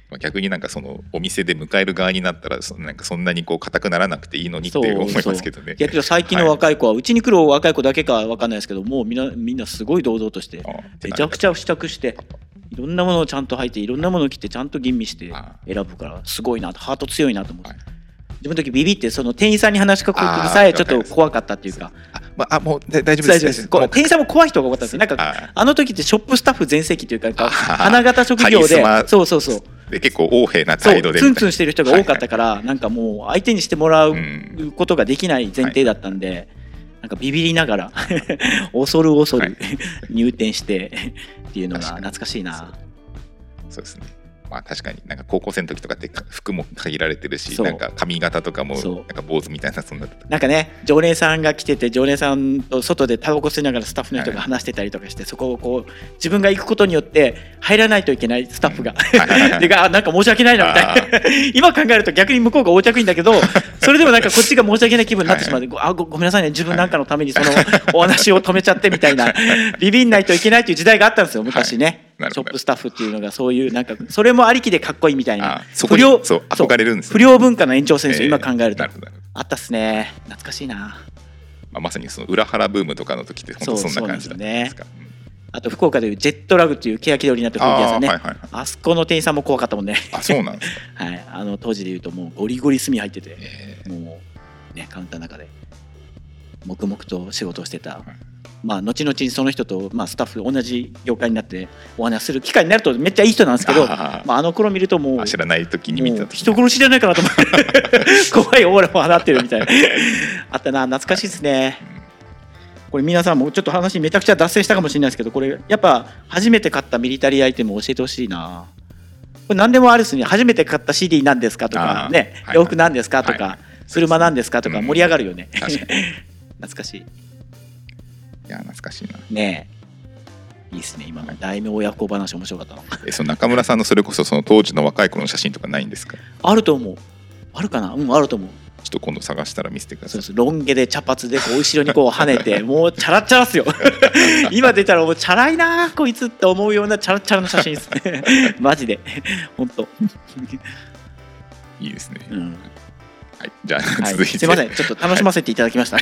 まあ、逆になんかそのお店で迎える側になったらそなんかそんなにこう硬くならなくていいのにって思いますけどね。 いやけど最近の若い子は、はい、うちに来る若い子だけか分かんないですけど、もうみんなみんなすごい堂々としてめちゃくちゃ支度していろんなものをちゃんと履いていろんなものを着てちゃんと吟味して選ぶからすごいなと、ハート強いなと思って、はい、自分の時ビビってその店員さんに話しかける時さえちょっと怖かったっていうか、 あ、まあ、もう大丈夫です、大丈夫です。 店員さんも怖い人が多かったんですよ。なんか あ, あの時ってショップスタッフ全盛期というか花形職業で、そうそうそうで結構横柄な態度でツンツンしてる人が多かったから、はいはい、なんかもう相手にしてもらうことができない前提だったんで、うん、はい、なんかビビりながら恐る恐る、はい、入店してっていうのが懐かしいな。 そう、そうですね。まあ、確かになんか高校生の時とかって服も限られてるし、なんか髪型とかもなんか坊主みたいな、そんななんかね、常連さんが来てて常連さんと外でタバコ吸いながらスタッフの人が話してたりとかして、はい、そこをこう自分が行くことによって入らないといけないスタッフが、うん、でなんか申し訳ないなみたいな今考えると逆に向こうが横着いいんだけど、それでもなんかこっちが申し訳ない気分になってしまう、はい、あ ご, ごめんなさいね、自分なんかのためにそのお話を止めちゃってみたいなビビんないといけないという時代があったんですよ昔ね、はい、ショップスタッフっていうのがそういうなんかそれもありきでかっこいいみたいな、 そこにそう憧れるんです、ね、 不良文化の延長線上、えー、今考えるとあったっすね。懐かしいな。 まあ、まさにその裏腹ブームとかの時って本当そんな感じだったんですか。 そうそうですね、うん、あと福岡でいうジェットラグっていう欅通りになってる古着屋さんね、 あ,、はいはいはい、あそこの店員さんも怖かったもんね。 あ、そうなんですかはい、あの当時でいうともうゴリゴリ炭入ってて、えー、もうねカウンターの中で黙々と仕事をしてた、はい、まあ、後々その人と、まあ、スタッフ同じ業界になってお話する機会になるとめっちゃいい人なんですけど、あ、まあ、あの頃見るともう知らない時に見た時人殺しじゃないかなと思って怖いオーラも放ってるみたいなあったな。懐かしいですね。これ皆さんもちょっと話めちゃくちゃ脱線したかもしれないですけど、これやっぱ初めて買ったミリタリーアイテムを教えてほしいな。これ何でもあるですね。初めて買った シーディー 何ですかとかね、はい、洋服何ですかとか、はい、車何ですかとか盛り上がるよね、うん、懐かしい。 いや懐かしいなねえ、いいですね。今の大名親子話面白かったな。 えその中村さんのそれこそその当時の若い頃の写真とかないんですか？ あると思う。あるかな。うん、あると思う。 ちょっと今度探したら見せてください。 そうです。ロン毛で茶髪でこう後ろにこう跳ねてもうチャラッチャラっすよ今出たらもうチャラいなこいつって思うようなチャラッチャラの写真ですねマジで本当いいですね、 うん、 はい、じゃあ続いて、はい、 すいませんちょっと楽しませていただきました、はい、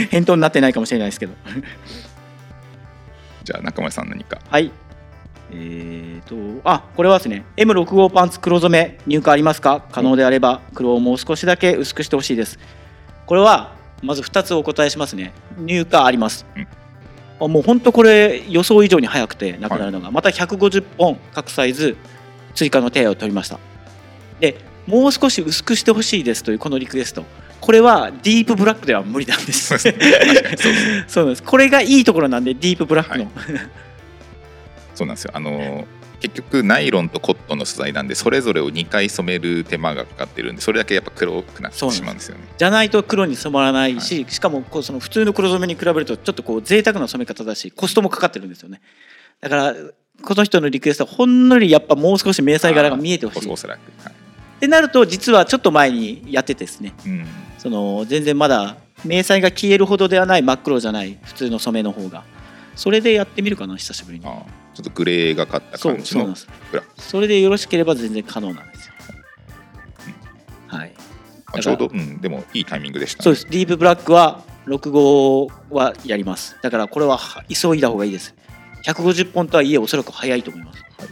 返答になってないかもしれないですけどじゃあ中村さん何か。 はい、えーとあこれはですね エムろくじゅうご パンツ黒染め入荷ありますか？可能であれば黒をもう少しだけ薄くしてほしいです。これはまずふたつお答えしますね。入荷あります、うん、あもう本当これ予想以上に早くてなくなるのが、はい、またひゃくごじゅっぽん各サイズ追加の手配を取りました。でもう少し薄くしてほしいですというこのリクエスト、これはディープブラックでは無理なんですそうなんです。これがいいところなんでディープブラックの、はいそうなんですよ。あの結局ナイロンとコットンの素材なんでそれぞれをにかい染める手間がかかってるんでそれだけやっぱ黒くなってしまうんですよね。 じゃないと黒に染まらないし、はい、しかもこうその普通の黒染めに比べるとちょっとこう贅沢な染め方だしコストもかかってるんですよね。だからこの人のリクエストはほんのりやっぱもう少し迷彩柄が見えてほしい。 おそらく、はい、 ってなると実はちょっと前にやっててですね、 うん、 その全然まだ迷彩が消えるほどではない真っ黒じゃない普通の染めの方がそれでやってみるかな久しぶりに。 あちょっとグレーがかった感じのブラ。 それでよろしければ全然可能なんですよ、うん、はい。 ちょうど、うん、でもいいタイミングでしたね。 そうです。ディープブラックはろく号はやります。だからこれは急いだ方がいいです。ひゃくごじゅっぽんとはいえおそらく早いと思います、はい、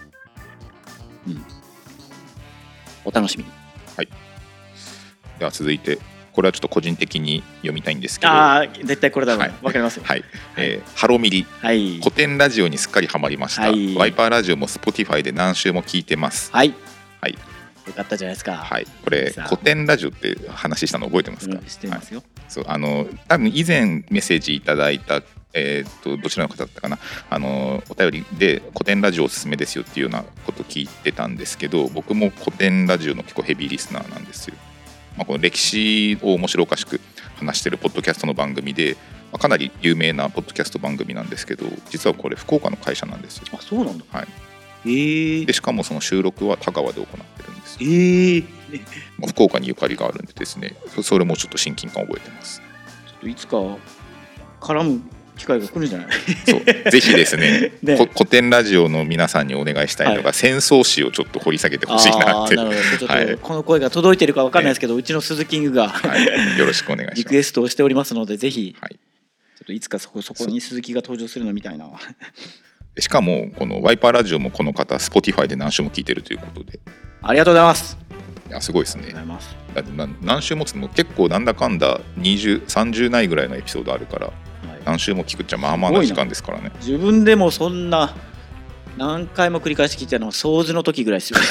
うん、お楽しみに。 はい。では続いてこれはちょっと個人的に読みたいんですけど、 あ絶対これだろう、はい、分かりますよ、 はいえー、ハロミリ、はい、古典ラジオにすっかりハマりました、はい、ワイパーラジオも Spotify で何週も聞いてます。 はい、 はい、 よかったじゃないですか。 はい、これ古典ラジオって話したの覚えてますか？ うん、知ってますよ、はい、 そうあの多分以前メッセージいただいたえー、とどちらの方だったかなあのお便りで古典ラジオおすすめですよっていうようなこと聞いてたんですけど僕も古典ラジオの結構ヘビーリスナーなんですよ。まあ、この歴史を面白おかしく話しているポッドキャストの番組で、まあ、かなり有名なポッドキャスト番組なんですけど実はこれ福岡の会社なんですよ。 あ、そうなんだ。 はい。 えー、 でしかもその収録は田川で行ってるんですよ。 えーまあ、福岡にゆかりがあるんでですねそれもちょっと親近感を覚えてます。 ちょっといつか絡む機会が来るんじゃない？ そうぜひですねねこ古典ラジオの皆さんにお願いしたいのが、はい、戦争史をちょっと掘り下げてほしいなって。 あなるほどちょっと、はい、この声が届いてるか分かんないですけど、ね、うちの鈴キングが、 はい、よろしくお願いします。 リクエストをしておりますのでぜひ、 はい、ちょっといつかそこそこに鈴木が登場するのみたいな。 しかもこのワイパーラジオもこの方 Spotify で何週も聞いてるということで、 ありがとうございます。 いやすごいですね。 ありがとうございます。 だって何週もつの結構なんだかんだにじゅう、さんじゅうないぐらいのエピソードあるから、はい、何週も聞くっちゃまあまあな時間ですからね。 自分でもそんな何回も繰り返し聞いたのはソーズの時ぐらいですよ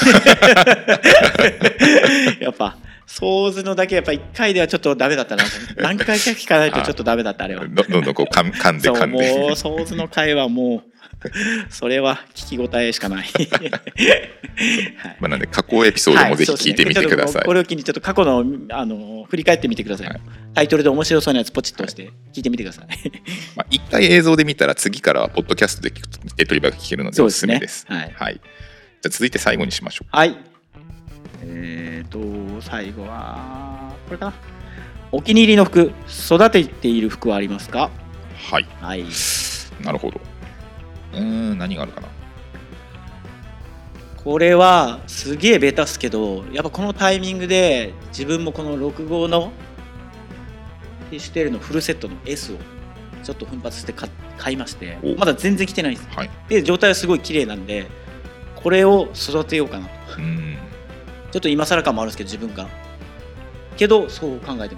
やっぱソーズのだけやっぱいっかいではちょっとダメだったな。何回か聞かないとちょっとダメだったあれは。 どんどんこう噛んで噛んで。 そうもうソーズの回はもうそれは聞き応えしかない、はいまあ、なんで過去エピソードもぜひ聞いてみてください、はい、 これを機にちょっと過去の、あの振り返ってみてください、はい、タイトルで面白そうなやつポチッと押して聞いてみてください、 まあ、一回映像で見たら次からポッドキャストで聞くと手っ取り早く聞けるのでおすすめです。 そうですね、はい、 はい、じゃあ続いて最後にしましょう。 はいえーと最後はこれかな。お気に入りの服、育てている服はありますか？ はい、 はい、 なるほど。うーん何があるかな。 これはすげえベタっすけど、やっぱこのタイミングで自分もこのろく号のフィッシュテールのフルセットの S をちょっと奮発して買いまして、まだ全然着てないんです、はい、で状態はすごい綺麗なんでこれを育てようかなと。うんちょっと今更感もあるんですけど自分がけどそう考えてます。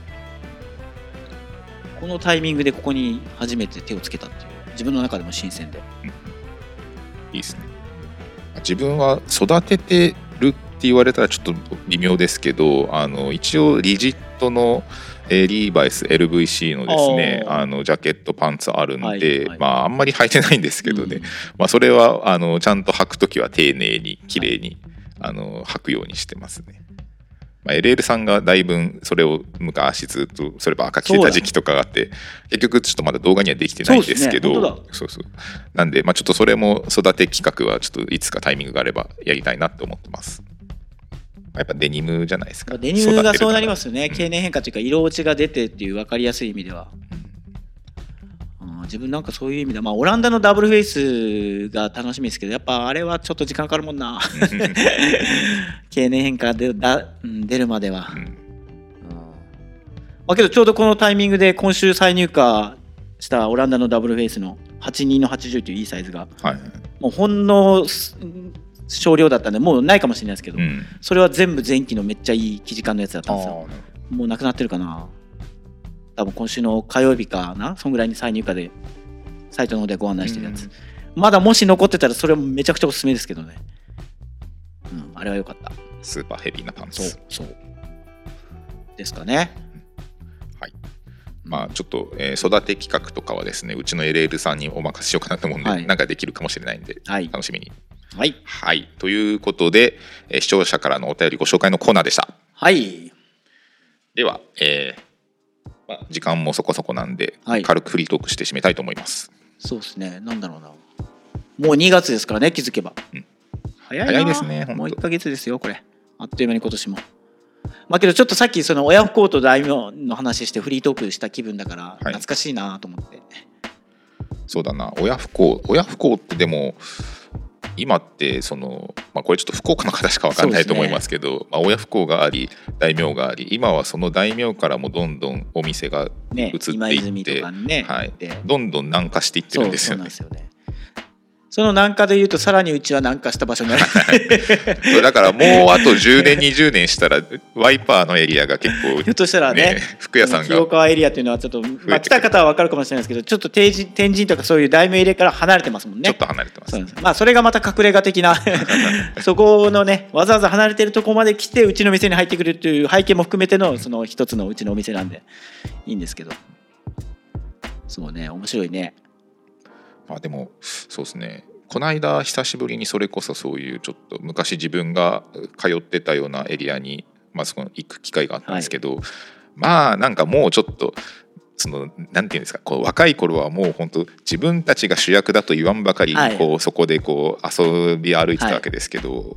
このタイミングでここに初めて手をつけたっていう自分の中でも新鮮で、うん、いいですね。自分は育ててるって言われたらちょっと微妙ですけど、あの一応リジットのリーバイス エルブイシー のですねあのジャケットパンツあるんで、はいはい、まああんまり履いてないんですけどね、うんまあ、それはあのちゃんと履くときは丁寧に綺麗に、はい、あの履くようにしてますね。まあ、エルエル さんがだいぶそれを昔ずっとそれば赤着てた時期とかがあって結局ちょっとまだ動画にはできてないんですけど、 そうですね、そうそうなんで、まあ、ちょっとそれも育て企画はちょっといつかタイミングがあればやりたいなと思ってます。やっぱデニムじゃないですか。 デニムがそうなりますよね、うん、経年変化というか色落ちが出てっていう分かりやすい意味では、うん、自分なんかそういう意味では、まあ、オランダのダブルフェイスが楽しみですけどやっぱあれはちょっと時間かかるもんな経年変化でだ、うん、出るまでは、うんうんまあ、けどちょうどこのタイミングで今週再入荷したオランダのダブルフェイスのはちじゅうにのはちじゅうといういいサイズが、はい、もうほんの少量だったんでもうないかもしれないですけど、うん、それは全部前期のめっちゃいい生地感のやつだったんですよ。もうなくなってるかな。多分今週の火曜日かなそんぐらいに再入荷でサイトの方でご案内してるやつ、うん、まだもし残ってたらそれもめちゃくちゃおすすめですけどね、うん、あれは良かった。 スーパーヘビーなパンツ。 そうそうですかね、 うん、はい。まあちょっと、えー、育て企画とかはですねうちの エルエル さんにお任せしようかなと思うんで、はい、なんかできるかもしれないんで、はい、楽しみに。 はい、 はい、ということで、えー、視聴者からのお便りご紹介のコーナーでした。 はい。 では、えーまあ、時間もそこそこなんで、はい、軽くフリートークして締めたいと思います。 そうですね。なんだろうな。もうにがつですからね気づけば。うん、早いな。 早いですね。 もういっかげつですよこれ。あっという間に今年も。まあけどちょっとさっきその親不孝と大名の話してフリートークした気分だから懐かしいなと思って。はい、 そうだな親不孝親不孝ってでも。今ってその、まあ、これちょっと福岡の方しか分かんないと思いますけど、ねまあ、親不孝があり大名があり今はその大名からもどんどんお店が移っていって、ね、今泉とかね、はい、どんどん南下していってるんですよね。 そうそうなんですよね。その南下でいうとさらにうちは南下した場所になるだからもうあとじゅうねんにじゅうねんしたらワイパーのエリアが結構、ね、 ひょっとしたらね服屋さんが清川エリアっていうのはちょっと、まあ、来た方は分かるかもしれないですけどちょっと天神、天神とかそういう大名エリアから離れてますもんね。 ちょっと離れてます、 そうです。まあそれがまた隠れ家的なそこのねわざわざ離れてるところまで来てうちの店に入ってくるという背景も含めてのその一つのうちのお店なんでいいんですけどそうね面白いね。 まあでもそうですねこの間久しぶりにそれこそそういうちょっと昔自分が通ってたようなエリアに、まあ、その行く機会があったんですけど、はい、まあなんかもうちょっとそのなんていうんですかこう若い頃はもう本当自分たちが主役だと言わんばかりにこう、はい、そこでこう遊び歩いてたわけですけど、はい、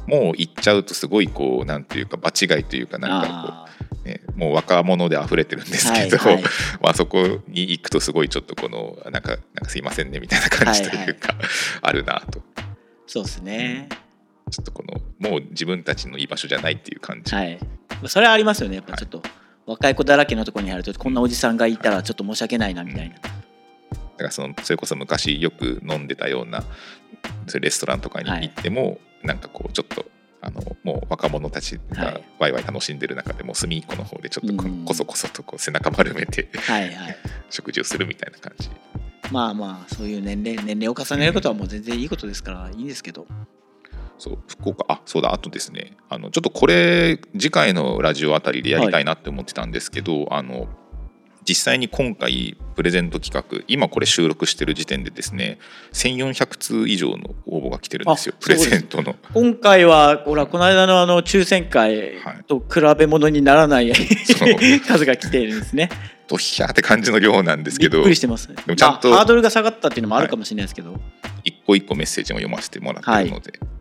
もう行っちゃうとすごいこうなんていうか場違いというかなんかこう、ね、もう若者で溢れてるんですけど、はいはい、まあそこに行くとすごいちょっとこのなんかなんかすいませんねみたいな感じというか、はいはい、あるなと。 そうですね、 うん、ちょっとこのもう自分たちの居場所じゃないっていう感じ、 はい、それはありますよね。やっぱちょっと、はい、若い子だらけのところにあるとこんなおじさんがいたらちょっと申し訳ないなみたいな、うん、だからそのそれこそ昔よく飲んでたようなレストランとかに行っても、はい、なんかこうちょっとあのもう若者たちがワイワイ楽しんでる中でも隅っこの方でちょっとこ、こそこそとこう背中丸めてはい、はい、食事をするみたいな感じ。 まあまあそういう年齢年齢を重ねることはもう全然いいことですからいいんですけど、 そう福岡あそうだあとですねあのちょっとこれ次回のラジオあたりでやりたいなって思ってたんですけど、はい、あの実際に今回プレゼント企画今これ収録してる時点でですねせんよんひゃくつう以上の応募が来てるんですよ。プレゼントの今回はほらこの間のあの抽選会と比べ物にならない、はい、数が来ているんですね。 ドヒャーって感じの量なんですけどびっくりしてますね。でもちゃんと、まあ、ハードルが下がったっていうのもあるかもしれないですけど、はい、 一個一個メッセージも読ませてもらってるので、はい、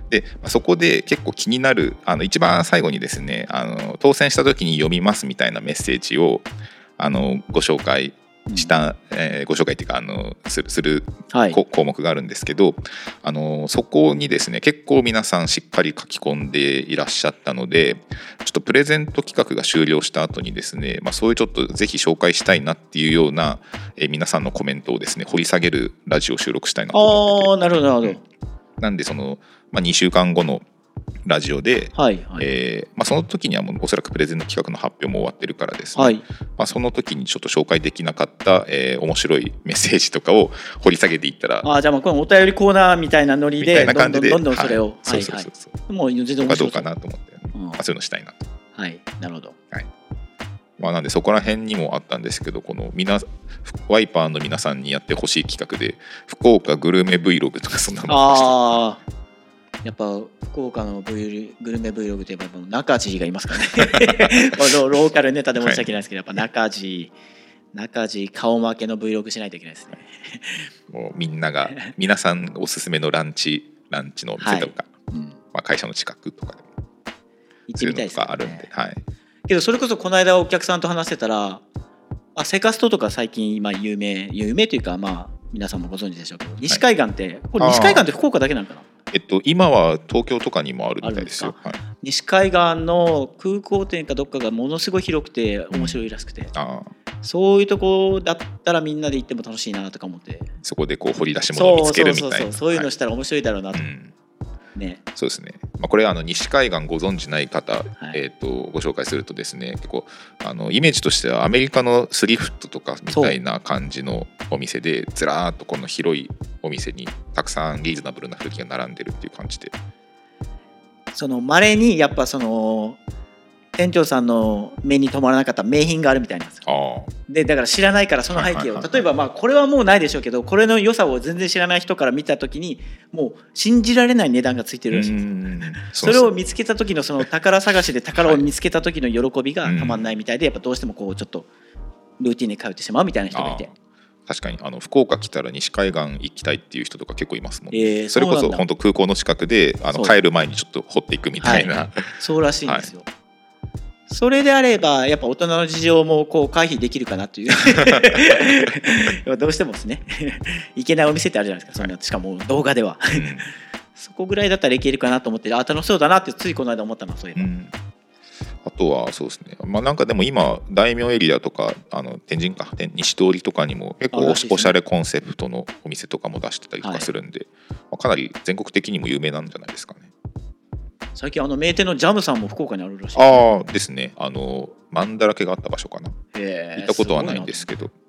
でそこで結構気になるあの一番最後にですねあの当選した時に読みますみたいなメッセージをあのご紹介した、うんえー、ご紹介っていうかあのする、する項目があるんですけど、あのそこにですね結構皆さんしっかり書き込んでいらっしゃったのでちょっとプレゼント企画が終了した後にですね、まあ、そういうちょっとぜひ紹介したいなっていうような、えー、皆さんのコメントをですね掘り下げるラジオを収録したいなと思ってて。 あーなるほどなるほど、 うん、なんでその、まあ、にしゅうかんごのラジオで、はいはいえーまあ、その時にはもうおそらくプレゼント企画の発表も終わってるからですね、はいまあ、その時にちょっと紹介できなかった、えー、面白いメッセージとかを掘り下げていったらあじゃあまあこのお便りコーナーみたいなノリでどんどんどんどんそれを、はい、 そうそうそうそう、 はいはい、もう全然面白そうどうかなと思って、うんまあ、そういうのしたいなと。 はいなるほど、 はいまあ、なんでそこら辺にもあったんですけどこのみなワイパーの皆さんにやってほしい企画で福岡グルメ Vlog とかそんなのああやっぱ福岡の、v、グルメ Vlog といえば中地がいますからねロ, ローカルネタで申し訳ないですけど、はい、やっぱ中地中地顔負けの Vlog しないといけないですねもうみんなが皆さんおすすめのランチランチのお店とか、はいうんまあ、会社の近くとかでも行ってみたいですねあるんで、はい、 けどそれこそこの間お客さんと話してたらあセカストとか最近今有名有名というかまあ皆さんもご存知でしょうけど西海岸って、はい、これ西海岸って福岡だけなのかな。 えっと、今は東京とかにもあるみたいですよ。はい、 西海岸の空港店かどっかがものすごい広くて面白いらしくて、うん、あそういうとこだったらみんなで行っても楽しいなとか思ってそこでこう掘り出し物を見つけるみたいなそうそうそうそうそういうのしたら面白いだろうなと、はいうんね、そうですね、まあ、これあの西海岸ご存知ない方、はいえー、とご紹介するとですね結構あのイメージとしてはアメリカのスリフトとかみたいな感じのお店でずらーっとこの広いお店にたくさんリーズナブルな古着が並んでるっていう感じでその稀にやっぱその店長さんの目に留まらなかった名品があるみたいなんですよ。でだから知らないからその背景を例えばまあこれはもうないでしょうけどこれの良さを全然知らない人から見た時にもう信じられない値段がついてるらしいんですよ。それを見つけた時のその宝探しで宝を見つけた時の喜びがたまんないみたいでやっぱどうしてもこうちょっとルーティンに通ってしまうみたいな人がいて確かにあの福岡来たら西海岸行きたいっていう人とか結構いますもんね、 えー、 それこそ本当空港の近くであの帰る前にちょっと掘っていくみたいな、はい、 そうらしいんですよ、はいそれであればやっぱ大人の事情もこう回避できるかなというどうしてもですねいけないお店ってあるじゃないですかそんなしかも動画ではそこぐらいだったらいけるかなと思ってあ楽しそうだなってついこの間思ったのはそういえば、うん、 あとはそうですねまあなんかでも今大名エリアとかあの天神か西通りとかにも結構 お, ね、おしゃれコンセプトのお店とかも出してたりとかするんで、はいまあ、かなり全国的にも有名なんじゃないですかね。 最近あの名店のジャムさんも福岡にあるらしい、 ああですねあのマンだらけがあった場所かな行ったことはないんですけど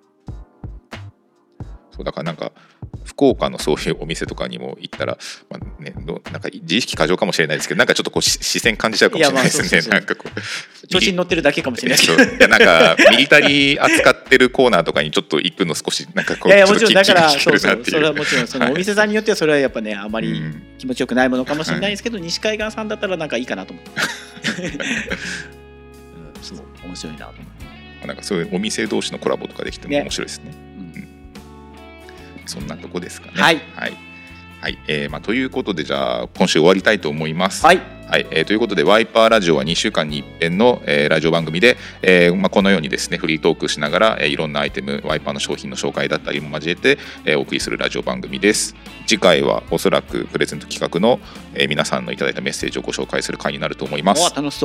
そうだからなんか福岡のそういうお店とかにも行ったら、まあね、なんか自意識過剰かもしれないですけどなんかちょっとこう視線感じちゃうかもしれないですね。なんかこう調子に乗ってるだけかもしれないですけどいやなんかミリタリー扱ってるコーナーとかにちょっと行くの少しなんかこういやいやもちろんだからそうそうそれはもちろんそのお店さんによってはそれはやっぱねあまり気持ちよくないものかもしれないですけど、うん、西海岸さんだったらなんかいいかなと思って、うん、そう面白いなと思ってなんかそういうお店同士のコラボとかできても面白いですね。ねそんなとこですかね。 はい、 はい、 はいえーまあ、ということでじゃあ今週終わりたいと思います。 はい、 はいえー、ということでワイパーラジオはにしゅうかんに一遍の、えー、ラジオ番組で、えーまあ、このようにですねフリートークしながら、えー、いろんなアイテムワイパーの商品の紹介だったりも交えて、えー、お送りするラジオ番組です。次回はおそらくプレゼント企画の、えー、皆さんのいただいたメッセージをご紹介する回になると思います。 お楽しそう。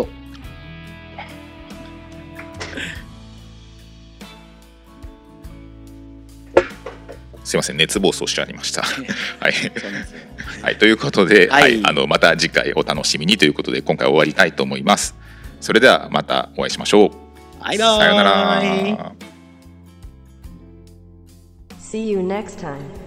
すいません熱暴走しちゃいましたはい、はい、ということで、はいはい、あのまた次回お楽しみにということで今回終わりたいと思います。それではまたお会いしましょう。 バイバイ。 さようなら。 See you next time.